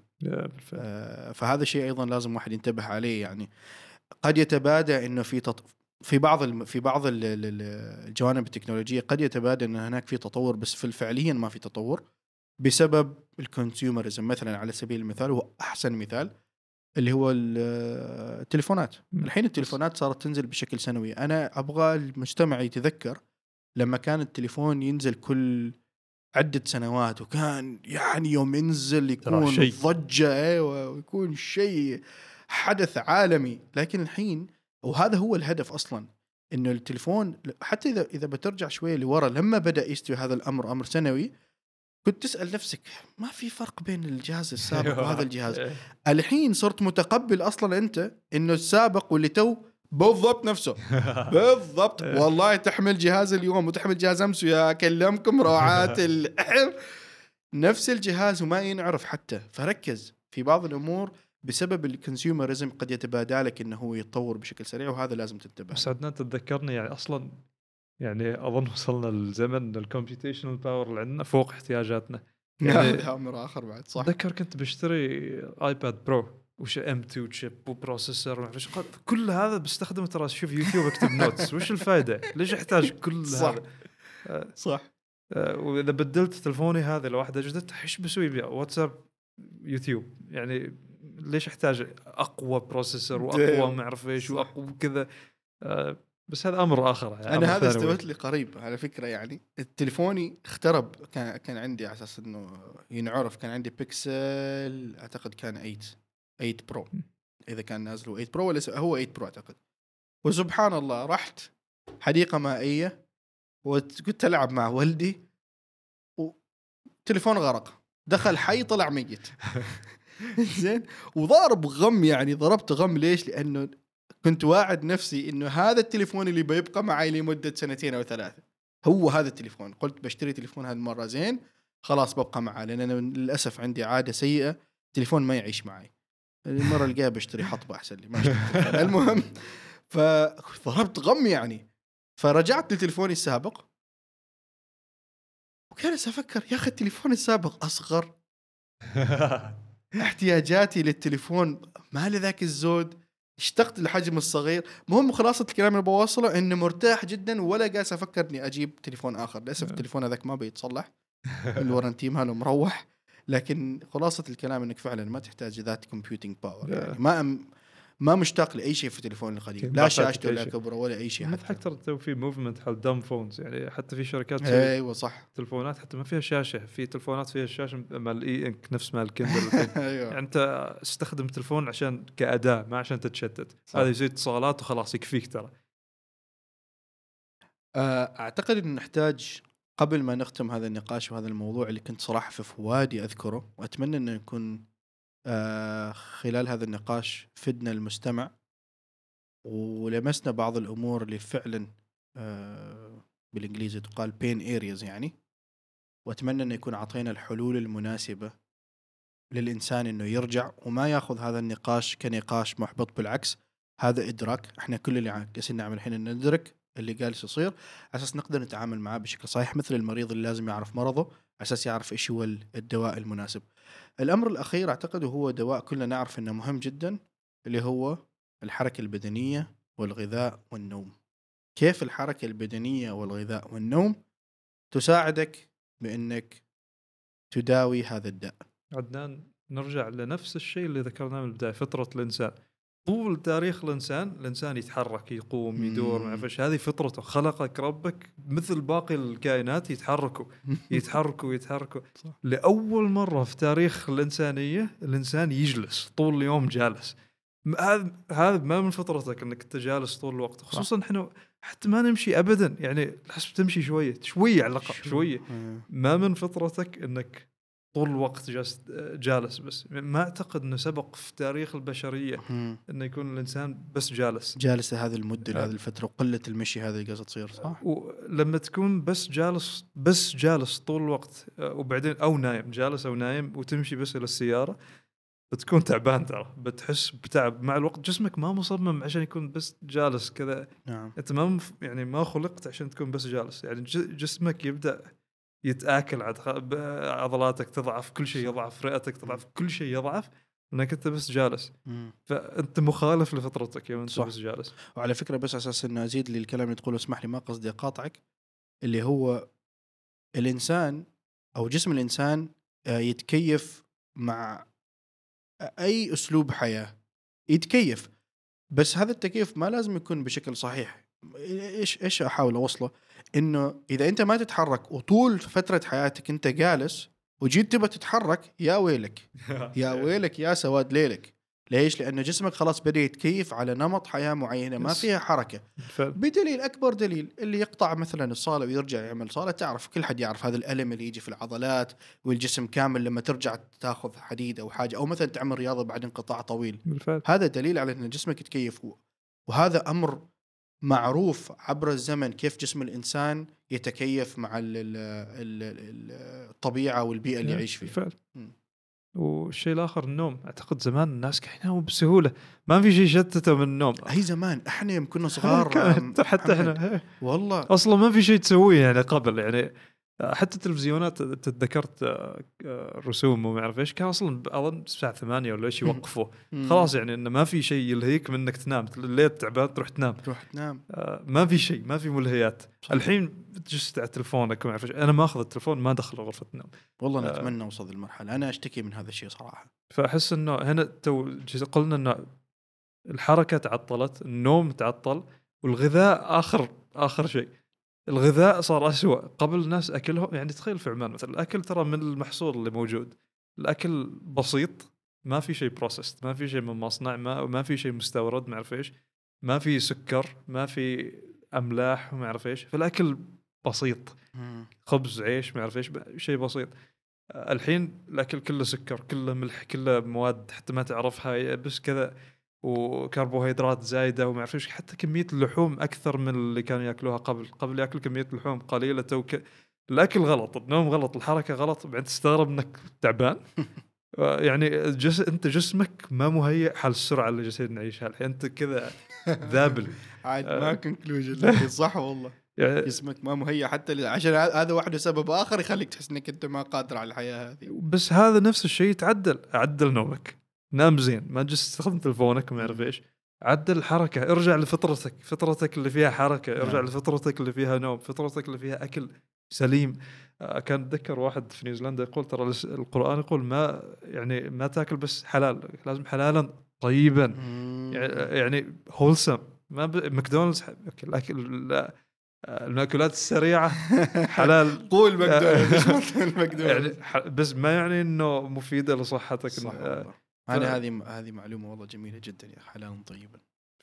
Speaker 2: آه فهذا شيء أيضا لازم واحد ينتبه عليه. يعني قد يتبادى إنه في تط... في بعض الم... في بعض ال... الجوانب التكنولوجية قد يتبادى أن هناك في تطور، بس في فعليا ما في تطور بسبب الكونسيومرزم. مثلا على سبيل المثال، هو أحسن مثال اللي هو التليفونات. الحين التليفونات صارت تنزل بشكل سنوي. أنا أبغى المجتمع يتذكر لما كان التليفون ينزل كل عدة سنوات، وكان يعني يوم ينزل يكون ضجة أيوة ويكون شيء حدث عالمي. لكن الحين وهذا هو الهدف أصلاً، إنه التليفون حتى إذا إذا بترجع شوية لورا لما بدأ يستوي هذا الأمر أمر سنوي، كنت تسأل نفسك ما في فرق بين الجهاز السابق وهذا الجهاز. الحين صرت متقبل أصلاً أنت إنه السابق واللي تو بالضبط نفسه بالضبط. والله تحمل جهاز اليوم وتحمل جهاز أمس، ويا أكلمكم رعاة نفس الجهاز وما ينعرف حتى. فركز في بعض الأمور بسبب الكونسيومرزم قد يتبادلك انه هو يتطور بشكل سريع، وهذا لازم تنتبه.
Speaker 1: بس عدنان تتذكرني يعني اصلا يعني اظن وصلنا للزمن الكمبيوتيشنال باور اللي عندنا فوق احتياجاتنا. يعني
Speaker 2: هذا امر اخر بعد صح.
Speaker 1: اتذكر كنت بشتري ايباد برو وش ام تو شيب وبروسيسور وما ايش كل هذا بستخدمه ترى اشوف يوتيوب اكتب نوتس. وش الفائده؟ ليش احتاج كل
Speaker 2: صح.
Speaker 1: هذا؟ آه
Speaker 2: صح.
Speaker 1: آه واذا بدلت تلفوني هذا لواحده جديده ايش بسوي بها؟ واتساب يوتيوب يعني ليش احتاج اقوى بروسيسور واقوى ما اعرف ايش واقوى كذا؟ آه بس هذا امر اخر يعني.
Speaker 2: انا هذا استوت لي قريب على فكره. يعني التليفوني اخترب، كان كان عندي على اساس انه ينعرف، كان عندي بيكسل اعتقد كان ثمانية ثمانية برو، اذا كان نازل ثمانية برو ولا هو ثمانية برو اعتقد. وسبحان الله رحت حديقه مائيه وكنت العب مع ولدي وتليفون غرق، دخل حي طلع ميت. زين. وضارب غم، يعني ضربت غم. ليش؟ لانه كنت واعد نفسي انه هذا التليفون اللي بيبقى معي لمده سنتين او ثلاثه هو هذا التليفون. قلت بشتري تليفون هذه المره زين خلاص ببقى معه، لان انا للاسف عندي عاده سيئه تليفون ما يعيش معي. المره الجايه بشتري حطبه احسن لي، ما اشتري. المهم فضربت غم يعني. فرجعت لتليفوني السابق وكان افكر يا اخي التليفون السابق اصغر، احتياجاتي للتليفون ما لذاك الزود، اشتقت للحجم الصغير. مهم خلاصة الكلام اللي بوصله انه مرتاح جدا ولا قاس افكر اني اجيب تليفون اخر. للاسف التليفون هذاك ما بيتصلح، الورنتي ماله مروح. لكن خلاصة الكلام انك فعلا ما تحتاج ذات كومبيوتنج باور. يعني ما أم ما مشتاق لاي شيء في التليفون القديم، لا شاشته ولا كبره ولا اي شيء.
Speaker 1: حتى حتى تو في موفمنت حل دم فونز، يعني حتى في شركات
Speaker 2: ايوه صح،
Speaker 1: تلفونات حتى ما فيها شاشه، في تلفونات فيها الشاشه مال اي انك نفس مال الكندل.
Speaker 2: أيوة.
Speaker 1: يعني انت استخدم التلفون عشان كاداه ما عشان تتشتت. هذا يزيد اتصالات وخلاص يكفيك ترى.
Speaker 2: اعتقد ان نحتاج قبل ما نختم هذا النقاش وهذا الموضوع اللي كنت صراحه في فوادي اذكره، واتمنى انه يكون آه خلال هذا النقاش فدنا المستمع ولمسنا بعض الأمور اللي فعلا آه بالإنجليزي تقال pain areas يعني. وأتمنى أنه يكون عطينا الحلول المناسبة للإنسان أنه يرجع وما يأخذ هذا النقاش كنقاش محبط. بالعكس هذا إدراك. إحنا كل اللي قاعدين نعمل الحين أن ندرك اللي جالس يصير أساس نقدر نتعامل معه بشكل صحيح، مثل المريض اللي لازم يعرف مرضه أساس يعرف إيش هو الدواء المناسب. الأمر الأخير أعتقد هو دواء كلنا نعرف أنه مهم جدا، اللي هو الحركة البدنية والغذاء والنوم. كيف الحركة البدنية والغذاء والنوم تساعدك بأنك تداوي هذا الداء؟
Speaker 1: عدنان نرجع لنفس الشيء اللي ذكرناه من البداية، فطرة الإنسان. طول تاريخ الإنسان الإنسان يتحرك يقوم يدور ما فيش، هذه فطرته. خلقك ربك مثل باقي الكائنات يتحركوا يتحركوا يتحركوا. لأول مرة في تاريخ الإنسانية الإنسان يجلس طول اليوم جالس. هذا هذا ما من فطرتك انك انت جالس طول الوقت، خصوصا احنا حتى ما نمشي ابدا، يعني تحس تمشي شويه شويه على الاقل شويه. ما من فطرتك انك طول الوقت جالس جالس بس. ما اعتقد انه سبق في تاريخ البشريه انه يكون الانسان بس جالس
Speaker 2: جالس هذه المده لهذه الفتره، وقله المشي هذه قصة تصير صح.
Speaker 1: ولما تكون بس جالس بس جالس طول الوقت وبعدين او نايم جالس او نايم وتمشي بس الى السياره، بتكون تعبان ترى، بتحس بتعب مع الوقت. جسمك ما مصمم عشان يكون بس جالس كذا.
Speaker 2: نعم.
Speaker 1: انت ما مف... يعني ما خلقت عشان تكون بس جالس. يعني جسمك يبدأ يتآكل، عضلاتك تضعف، كل شيء يضعف، رئتك تضعف، كل شيء يضعف انك انت بس جالس.
Speaker 2: مم.
Speaker 1: فانت مخالف لفطرتك يوم انت
Speaker 2: صح.
Speaker 1: بس جالس.
Speaker 2: وعلى فكرة بس اساس انه ازيد لي الكلام اللي تقوله، اسمح لي ما قصدي اقاطعك، اللي هو الانسان او جسم الانسان يتكيف مع اي اسلوب حياة، يتكيف. بس هذا التكيف ما لازم يكون بشكل صحيح. ايش ايش احاول اوصله؟ انه اذا انت ما تتحرك وطول فترة حياتك انت جالس وجيت تبى تتحرك، يا ويلك يا ويلك يا سواد ليلك. ليش؟ لأنه جسمك خلاص بدأ يتكيف على نمط حياة معينة ما فيها حركة. بدليل أكبر دليل اللي يقطع مثلا الصالة ويرجع يعمل صالة، تعرف كل حد يعرف هذا الألم اللي يجي في العضلات والجسم كامل لما ترجع تأخذ حديد أو حاجة، أو مثلا تعمل رياضة بعد انقطاع طويل. بالفعل. هذا دليل على أن جسمك يتكيف. وهذا أمر معروف عبر الزمن كيف جسم الإنسان يتكيف مع ال ال ال الطبيعة والبيئة اللي يعيش فيها. بالفعل.
Speaker 1: والشيء الاخر النوم. اعتقد زمان الناس كانوا يناموا بسهوله، ما في شيء يشتتهم من النوم.
Speaker 2: هي زمان احنا يوم كنا صغار
Speaker 1: كانت حتى
Speaker 2: محمد،
Speaker 1: احنا
Speaker 2: والله
Speaker 1: اصلا ما في شيء تسويه يعني قبل، يعني حتى التلفزيونات تتذكرت آه، آه، رسوم وما اعرف ايش، كان اصلا اظن الساعه ثمانية ولا ايش يوقفوا خلاص، يعني انه ما في شيء يلهيك من انك تنام الليل تعبان تروح تنام،
Speaker 2: تروح تنام.
Speaker 1: آه، ما في شيء، ما في ملهيات.
Speaker 2: صح.
Speaker 1: الحين بتجلس على تلفونك وما اعرف ايش، انا ما اخذ التلفون ما ادخله غرفه النوم.
Speaker 2: والله
Speaker 1: آه.
Speaker 2: نتمنى اوصل للمرحله، انا اشتكي من هذا الشيء صراحه.
Speaker 1: فاحس انه هنا تو جز- قلنا انه الحركه تعطلت، النوم تعطل، والغذاء اخر اخر شيء. الغذاء صار أسوأ. قبل الناس اكلهم يعني تخيل في عمان مثلا الاكل ترى من المحصول اللي موجود، الاكل بسيط، ما في شيء بروسست، ما في شيء من مصنع، ما ما في شيء مستورد، ما اعرف ايش، ما في سكر، ما في املاح وما اعرف ايش، فالاكل بسيط،
Speaker 2: مم.
Speaker 1: خبز عيش ما اعرف ايش، شيء بسيط. الحين الاكل كله سكر، كله ملح، كله مواد حتى ما تعرفها بس كذا، وكربوهيدرات زايده وما اعرف ايش، حتى كميه اللحوم اكثر من اللي كانوا ياكلوها قبل. قبل ياكل كميه لحوم قليله، تو ك... الاكل غلط، النوم غلط، الحركه غلط، بعدين تستغرب انك تعبان. يعني جس... انت جسمك ما مهيئ حال السرعه اللي جالسين نعيشها الحين، انت كذا ذابل.
Speaker 2: عاد
Speaker 1: آه.
Speaker 2: ما كونكلوجن لكن صح والله،
Speaker 1: يعني
Speaker 2: جسمك ما مهيأ حتى ل- عشان ه- هذا واحد سبب اخر يخليك تحس انك انت ما قادر على الحياه هذه.
Speaker 1: بس هذا نفس الشيء يتعدل. عدل نومك، نام زين، ما تجلس تستخدم تلفونك وما اعرف ايش، عدل الحركه، ارجع لفطرتك، فطرتك اللي فيها حركه، ارجع
Speaker 2: نعم.
Speaker 1: لفطرتك اللي فيها نوم، فطرتك اللي فيها اكل سليم. آه، كان اتذكر واحد في نيوزيلندا يقول ترى الس- القرآن يقول ما يعني ما تاكل بس حلال، لازم حلالا طيبا،
Speaker 2: مم.
Speaker 1: يعني يعني هولسم. ما ب... ماكدونالدز ح- الاكل لا، آه، المأكولات السريعه حلال.
Speaker 2: قول ماكدونالدز إيش معنى
Speaker 1: يعني
Speaker 2: ماكدونالدز؟
Speaker 1: ح- بس ما يعني انه مفيده لصحتك.
Speaker 2: صح
Speaker 1: آه،
Speaker 2: والله. انا هذه هذه معلومه والله جميله جدا يا أخي، حلالا طيبا.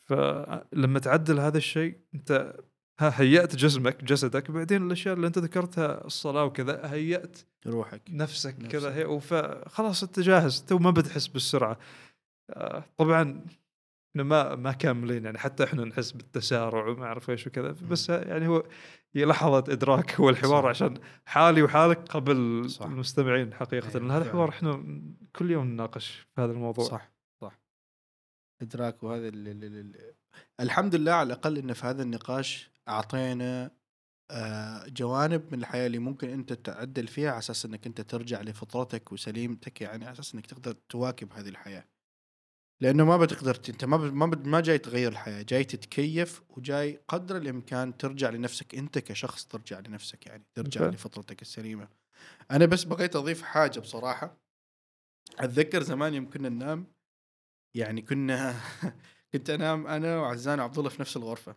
Speaker 1: فلما تعدل هذا الشيء انت ها هيأت جسمك جسدك، بعدين الاشياء اللي انت ذكرتها الصلاه وكذا هيأت
Speaker 2: روحك
Speaker 1: نفسك,
Speaker 2: نفسك.
Speaker 1: كذا هي، فخلاص انت جاهز، تو ما بتحس بالسرعه. آه، طبعا احنا ما ما كاملين، يعني حتى احنا نحس بالتسارع وما اعرف ايش وكذا، بس يعني هو هي لحظه ادراك، هو الحوار
Speaker 2: صح.
Speaker 1: عشان حالي وحالك قبل
Speaker 2: صح.
Speaker 1: المستمعين حقيقه،
Speaker 2: أيوة،
Speaker 1: لان هذا
Speaker 2: فعلاً.
Speaker 1: الحوار احنا كل يوم نناقش في هذا الموضوع.
Speaker 2: صح صح ادراك. وهذا ال ال ال الحمد لله على الاقل ان في هذا النقاش اعطينا آه، جوانب من الحياه اللي ممكن انت تعدل فيها على اساس انك انت ترجع لفطرتك وسليمتك، يعني على اساس انك تقدر تواكب هذه الحياه. لانه ما بتقدر ت- انت ما ب- ما ب- ما جاي تغير الحياه، جاي تتكيف، وجاي قدر الامكان ترجع لنفسك انت كشخص، ترجع لنفسك يعني ترجع
Speaker 1: أوكي.
Speaker 2: لفطرتك السليمه. انا بس بغيت اضيف حاجه بصراحه. اتذكر زمان يوم كنا ننام، يعني كنا كنت انام انا وعزان وعبد الله في نفس الغرفه،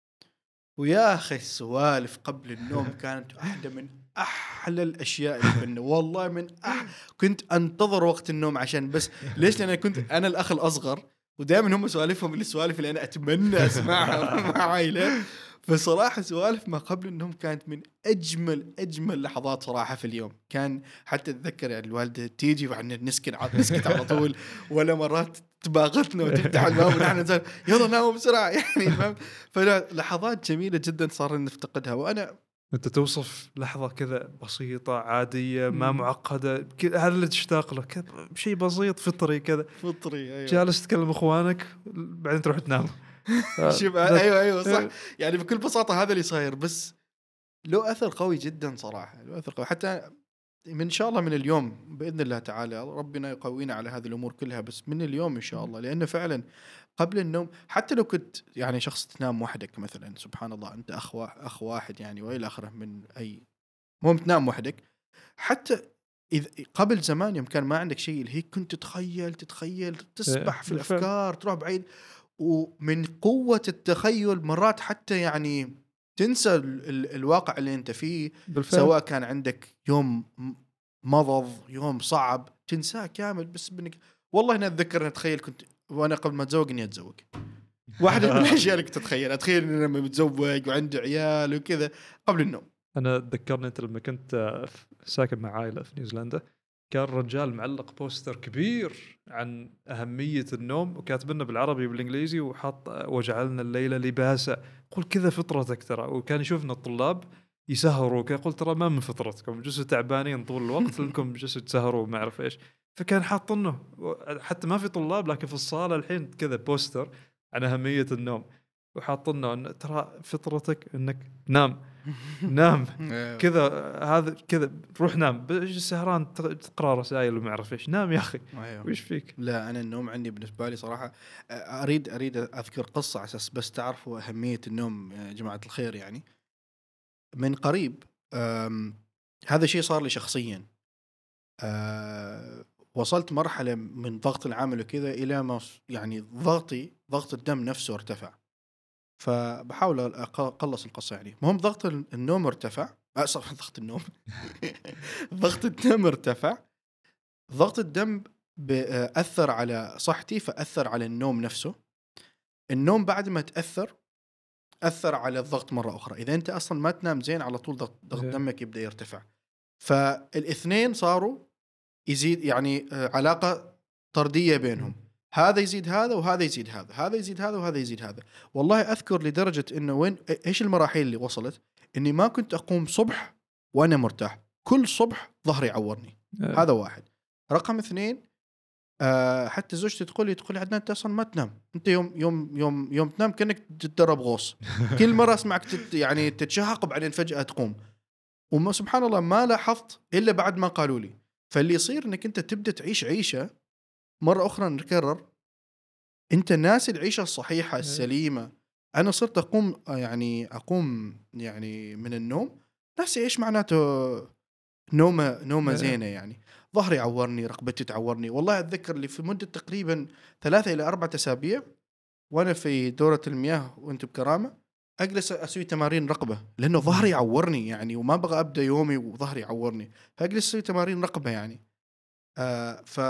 Speaker 2: ويا اخي السوالف قبل النوم كانت واحده من احلى الاشياء اللي كنا، والله من أح... كنت انتظر وقت النوم عشان بس ليش؟ لان كنت انا الاخ الاصغر، ودائما هم سوالفهم اللي السوالف اللي انا اتمنى اسمعها مع عائله. فصراحه سوالف ما قبل النوم كانت من اجمل اجمل لحظات صراحه في اليوم. كان حتى اتذكر يعني الوالده تيجي وعندنا نسكن ع- نسكت على طول، ولا مرات تباغتنا وتفتح الباب ونحن نزل يلا ناموا بسرعه يعني فهمت. فلحظات جميله جدا صار نفتقدها. وانا
Speaker 1: انت توصف لحظه كذا بسيطه عاديه ما
Speaker 2: مم.
Speaker 1: معقده، ك- هذا اللي تشتاق له، كذا شيء بسيط فطري كذا،
Speaker 2: فطري ايوه
Speaker 1: جالس تكلم اخوانك بعدين تروح تنام.
Speaker 2: شوف ايوه ايوه صح، يعني بكل بساطه هذا اللي صاير، بس له اثر قوي جدا صراحه، له اثر قوي. حتى من ان شاء الله من اليوم باذن الله تعالى ربنا يقوينا على هذه الامور كلها، بس من اليوم ان شاء الله، لانه فعلا قبل النوم حتى لو كنت يعني شخص تنام وحدك مثلا، سبحان الله انت اخ وا- اخ واحد يعني والى اخره من اي، مهم تنام وحدك. حتى إذا قبل زمان يوم كان ما عندك شيء اللي هيك كنت تتخيل تتخيل تسبح في
Speaker 1: بالفعل.
Speaker 2: الافكار تروح بعيد، ومن قوه التخيل مرات حتى يعني تنسى ال- ال- الواقع اللي انت فيه،
Speaker 1: بالفعل.
Speaker 2: سواء كان عندك يوم م- مضض يوم صعب تنساه كامل، بس بنك والله انا اتذكر انا اتخيل كنت وانا قبل ما اتزوج اني اتزوج. واحده من الاشياء اللي كنت اتخيل اتخيل اني لما متزوج وعندي عيال وكذا قبل النوم.
Speaker 1: انا تذكرني انت لما كنت آه، ساكن مع عائله في نيوزيلندا، كان رجال معلق بوستر كبير عن اهميه النوم، وكاتب لنا بالعربي وبالانجليزي، وحط آه، وجعلنا الليل لباسا، قل كذا فطرتك ترى. وكان يشوفنا الطلاب يسهروا كذا، قلت ترى ما من فطرتكم، جزء تعبانين طول الوقت لانكم جزء تسهروا ما اعرف ايش. فكان حاطنه حتى ما في طلاب، لكن في الصالة الحين كذا بوستر عن أهمية النوم، وحاطنه أن ترى فطرتك أنك نام نام كذا، هذا كذا روح نام، سهران تقرأ رسائل وما أعرف إيش، نام يا أخي وإيش فيك.
Speaker 2: لا أنا النوم عندي بالنسبة لي صراحة أريد أريد أذكر قصة على أساس بس تعرفوا أهمية النوم يا جماعة الخير. يعني من قريب هذا شيء صار لي شخصيا. أه وصلت مرحلة من ضغط العمل وكذا إلى ما يعني ضغطي ضغط الدم نفسه ارتفع، فبحاول أقلص القصة. يعني مهم ضغط النوم ارتفع، أصلا ضغط النوم ضغط الدم ارتفع. ضغط الدم أثر على صحتي فأثر على النوم نفسه. النوم بعد ما تأثر أثر على الضغط مرة أخرى. إذا أنت أصلا ما تنام زين على طول ضغط, ضغط دمك يبدأ يرتفع. فالاثنين صاروا يزيد، يعني علاقة طردية بينهم، هذا يزيد هذا وهذا يزيد هذا، هذا يزيد هذا وهذا يزيد هذا. والله أذكر لدرجة إنه وين إيش المراحل اللي وصلت، إني ما كنت أقوم صبح وأنا مرتاح، كل صبح ظهري يعورني.
Speaker 1: أه.
Speaker 2: هذا واحد. رقم اثنين، أه حتى زوجتي تقول لي تقول لي عدنان أنت أصلا ما تنام، أنت يوم يوم يوم يوم تنام كأنك تتدرب غوص، كل مرة أسمعك تت يعني تتشهق وبعدين فجأة تقوم. وما سبحان الله ما لاحظت إلا بعد ما قالوا لي. فاللي يصير إنك أنت تبدأ تعيش عيشة مرة أخرى نكرر، أنت ناسي العيشة الصحيحة السليمة. أنا صرت أقوم يعني أقوم يعني من النوم ناسي إيش معناته نومة نومة زينة. يعني ظهري عورني، رقبتي تعورني. والله أتذكر لي في مدة تقريبا ثلاثة إلى أربعة أسابيع وأنا في دورة المياه وأنت بكرامة أجلس أسوي تمارين رقبة لأنه ظهري عورني يعني، وما بغى أبدأ يومي وظهري عورني، فأجلس أسوي تمارين رقبة يعني. آه ف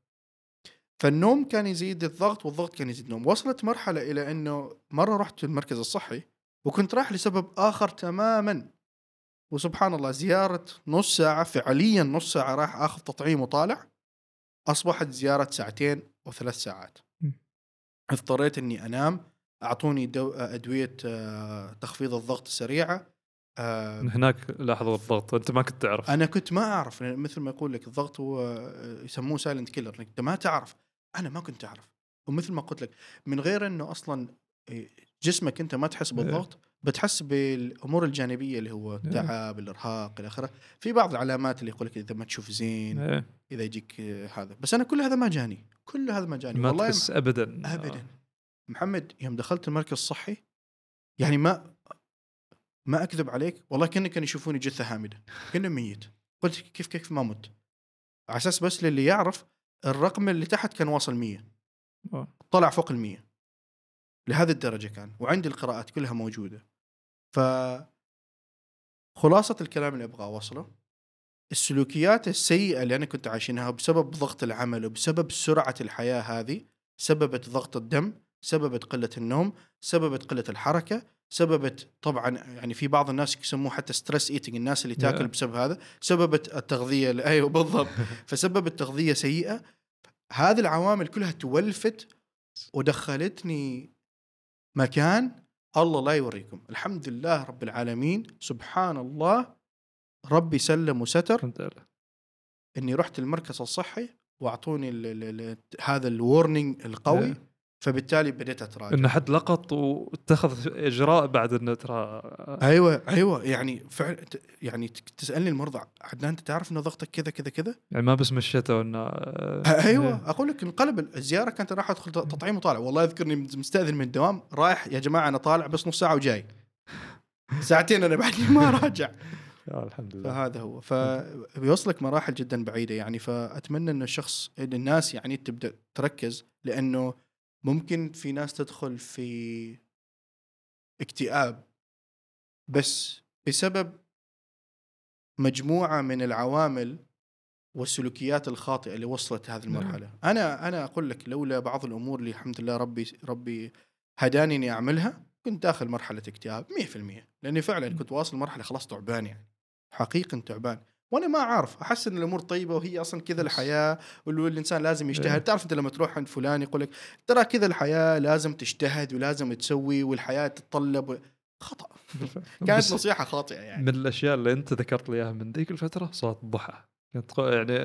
Speaker 2: فالنوم كان يزيد الضغط والضغط كان يزيد النوم. وصلت مرحلة إلى أنه مرة رحت المركز الصحي وكنت رايح لسبب آخر تماما، وسبحان الله زيارة نص ساعة، فعليا نص ساعة راح أخذ تطعيم وطالع، أصبحت زيارة ساعتين وثلاث ساعات. اضطريت أني أنام، أعطوني دو... أدوية تخفيض الضغط السريعة.
Speaker 1: أه هناك لاحظوا الضغط أنت ما كنت تعرف.
Speaker 2: أنا كنت ما أعرف، مثل ما يقول لك الضغط هو يسموه سايلنت كيلر، أنت ما تعرف. أنا ما كنت أعرف، ومثل ما قلت لك من غير أنه أصلا جسمك أنت ما تحس بالضغط، بتحس بالأمور الجانبية اللي هو التعب، الإرهاق إلى آخره. في بعض العلامات اللي يقول لك إذا ما تشوف زين، إذا يجيك هذا. بس أنا كل هذا ما جاني، كل هذا ما جاني
Speaker 1: ما
Speaker 2: والله
Speaker 1: تحس مح... أبدا
Speaker 2: أبدا. محمد يوم دخلت المركز الصحي يعني ما ما أكذب عليك والله كأنه كانوا يشوفوني جثة هامدة، كأنه ميت. قلت كيف كيف ما مت؟ على أساس بس للي يعرف الرقم اللي تحت كان واصل مية، طلع فوق المية لهذه الدرجة كان، وعندي القراءات كلها موجودة. فخلاصة الكلام اللي أبغى أوصله، السلوكيات السيئة اللي أنا كنت عايشينها بسبب ضغط العمل وبسبب سرعة الحياة هذه سببت ضغط الدم، سببت قلة النوم، سببت قلة الحركة، سببت طبعا يعني في بعض الناس يسموه حتى ستريس ايتينج، الناس اللي تاكل بسبب هذا، سببت التغذية. أيوة بالضبط. فسببت تغذية سيئة. هذه العوامل كلها تولفت ودخلتني مكان الله لا يوريكم. الحمد لله رب العالمين، سبحان الله، ربي سلم وستر اني رحت المركز الصحي واعطوني ال ال ال هذا الورنينج القوي، فبالتالي بديت اتراجع.
Speaker 1: ان حد لقط واتخذ اجراء بعد انه ترى.
Speaker 2: ايوه ايوه يعني فعلا. يعني تسالني المرضى عدنان انت تعرف انه ضغطك كذا كذا كذا،
Speaker 1: يعني ما بس مشيته انه
Speaker 2: ايوه. اقول لك انقلب الزياره، كانت راح ادخل تطعيم وطالع. والله اذكرني مستاذن من الدوام رايح يا جماعه انا طالع بس نص ساعه وجاي، ساعتين انا بعد ما راجع.
Speaker 1: الحمد لله.
Speaker 2: فهذا هو، فبيوصلك مراحل جدا بعيده يعني. فاتمنى ان الشخص الناس يعني تبدا تركز، لانه ممكن في ناس تدخل في اكتئاب بس بسبب مجموعة من العوامل والسلوكيات الخاطئة اللي وصلت هذه المرحلة. نعم. أنا أنا أقول لك لولا بعض الأمور اللي الحمد لله ربي ربي هداني إني أعملها كنت داخل مرحلة اكتئاب مية في المية، لأني فعلا كنت واصل مرحلة خلاص تعبان يعني حقيقة تعبان، وأنا ما أعرف أحس إن الأمور طيبة وهي أصلا كذا الحياة والإنسان لازم يجتهد. تعرف أنت لما تروح عند فلان يقولك ترى كذا الحياة لازم تجتهد ولازم تسوي والحياة تتطلب. خطأ. كانت نصيحة خاطئة يعني.
Speaker 1: من الأشياء اللي أنت ذكرت لي إياها من ذيك الفترة صلاة الضحى، كانت يعني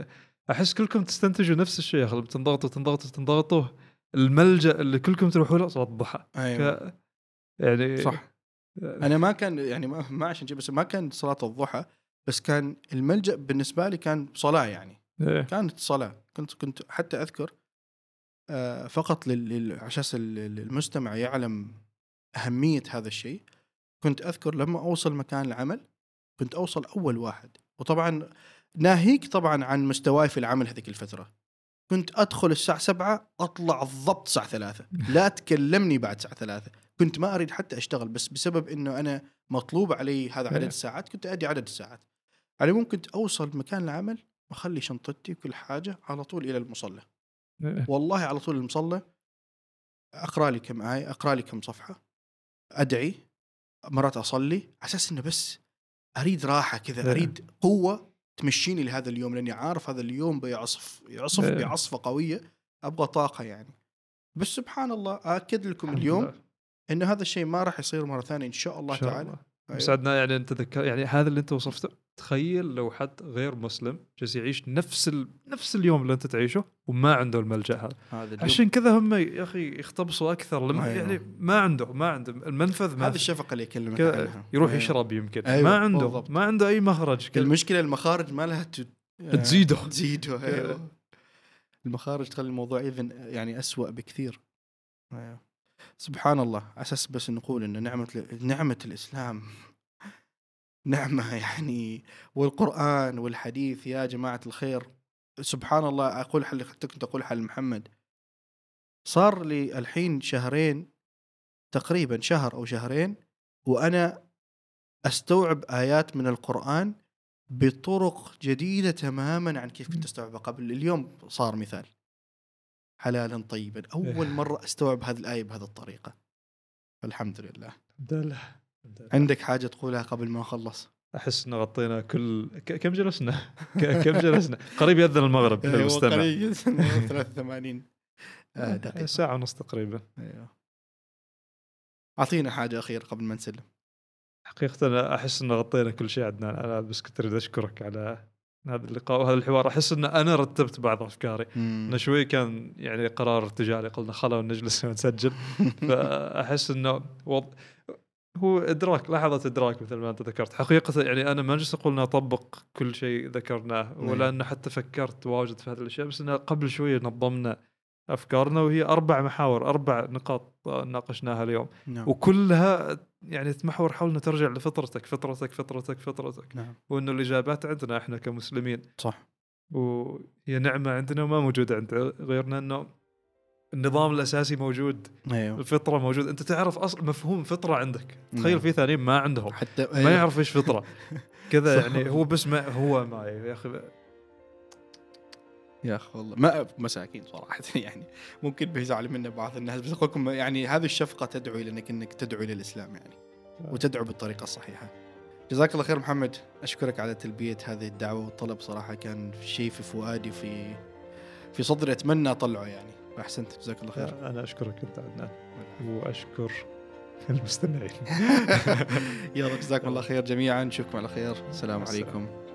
Speaker 1: احس كلكم تستنتجوا نفس الشيء يا اخي، بتنضغطوا تنضغطوا تنضغطوا الملجأ اللي كلكم تروحوا له صلاة الضحى.
Speaker 2: أيوة.
Speaker 1: ك... يعني
Speaker 2: صح. انا ما كان يعني ما, ما عشان بس ما كان صلاة الضحى، بس كان الملجأ بالنسبة لي كان صلاة يعني.
Speaker 1: إيه.
Speaker 2: كانت صلاة. كنت كنت حتى أذكر آه فقط لل عشان المستمع يعلم أهمية هذا الشيء. كنت أذكر لما أوصل مكان العمل كنت أوصل أول واحد، وطبعا ناهيك طبعا عن مستواي في العمل هذيك الفترة، كنت أدخل الساعة سبعة أطلع الضبط الساعة ثلاثة. لا تكلمني بعد الساعة ثلاثة. كنت ما أريد حتى أشتغل، بس بسبب إنه أنا مطلوب علي هذا عدد الساعات كنت أدي عدد الساعات. على ممكن كنت أوصل مكان العمل وأخلي شنطتي وكل حاجة على طول إلى المصلى. والله على طول المصلى، أقرأ لي كم آية، أقرأ لي كم صفحة، أدعي، مرات أصلي، على أساس إنه بس أريد راحة كذا، أريد قوة تمشيني لهذا اليوم، لأني عارف هذا اليوم بيعصف يعصف بعصفة قوية، أبغى طاقة يعني. بس سبحان الله أكد لكم اليوم إن هذا الشيء ما راح يصير مرة ثانية إن شاء الله تعالى.
Speaker 1: مساعدنا يعني أنت تذكر يعني هذا اللي أنت وصفته. تخيل لو حد غير مسلم جالس يعيش نفس ال... نفس اليوم اللي أنت تعيشه وما عنده الملجأ هذا. عشان كذا هم يا أخي يخطبصوا أكثر لما
Speaker 2: أيوه.
Speaker 1: يعني ما عنده ما عنده المنفذ. ما
Speaker 2: هذا الشفقة اللي يكلمك عنها.
Speaker 1: يروح
Speaker 2: أيوه.
Speaker 1: يشرب يمكن.
Speaker 2: أيوه.
Speaker 1: ما عنده
Speaker 2: بالضبط.
Speaker 1: ما عنده أي مخرج.
Speaker 2: المشكلة المخارج ما لها ت...
Speaker 1: تزيده
Speaker 2: تزيده. أيوه. المخارج تخلي الموضوع إذن يعني أسوأ بكثير. أيوه. سبحان الله. أساس بس نقول إن نعمة نعمة الإسلام نعمة يعني، والقرآن والحديث يا جماعة الخير. سبحان الله. أقول حل حتى كنت أقول حل محمد، صار لي الحين شهرين تقريبا، شهر أو شهرين، وأنا أستوعب آيات من القرآن بطرق جديدة تماما عن كيف كنت أستوعبها قبل. اليوم صار مثال حلالا طيبا، أول مرة أستوعب هذه الآية بهذه الطريقة. فالحمد لله.
Speaker 1: دلله.
Speaker 2: عندك حاجة تقولها قبل ما أخلص؟
Speaker 1: أحس إن غطينا كل ك... كم جلسنا ك... كم جلسنا قريب يأذن المغرب للمستمع.
Speaker 2: قريب ثلاثة وثمانين دقيقة،
Speaker 1: ساعة ونص تقريبا.
Speaker 2: أيوه. أعطينا حاجة أخيرة قبل ما نسلم.
Speaker 1: حقيقة أنا أحس إن غطينا كل شيء عندنا. أنا بس كنت أريد أشكرك على هذا اللقاء وهذا الحوار. أحس إن أنا رتبت بعض أفكاري. أنا شوي كان يعني قرار ارتجالي، قلنا خلوا نجلس ونسجل. فأحس إنه وض... هو إدراك، لحظة إدراك مثل ما أنت ذكرت. حقيقة يعني أنا ما جلست أقول أطبق كل شيء ذكرناه، ولا أنه حتى فكرت واجد في هذه الأشياء، بس إنه قبل شوي نظمنا أفكارنا، وهي أربع محاور، أربع نقاط ناقشناها اليوم. نعم. وكلها يعني تمحور حولنا ترجع لفطرتك فطرتك فطرتك فطرتك. نعم. وإنه الإجابات عندنا إحنا كمسلمين.
Speaker 2: صح.
Speaker 1: وهي نعمة عندنا وما موجودة عند غيرنا، إنه النظام الأساسي موجود. أيوه. الفطرة موجود. أنت تعرف أصل مفهوم فطرة عندك. تخيل. نعم. في ثانيين ما عندهم حتى ما يعرف إيش فطرة كذا يعني. هو بس ما هو ما يا أخي
Speaker 2: يا أخي والله ما مساكين صراحة يعني. ممكن بيزعل منا بعض الناس، بس أقولكم يعني هذه الشفقة تدعو إلى أنك إنك تدعو إلى الإسلام يعني، وتدعو بالطريقة الصحيحة. جزاك الله خير محمد. أشكرك على تلبية هذه الدعوة والطلب. صراحة كان شيء في فؤادي في في صدري أتمنى أطلعه يعني. أحسنت. جزاك الله خير.
Speaker 1: أنا أشكرك أنت عدنان، وأشكر المستمعين.
Speaker 2: يلا جزاكم الله خير جميعا. نشوفكم على خير. السلام عليكم.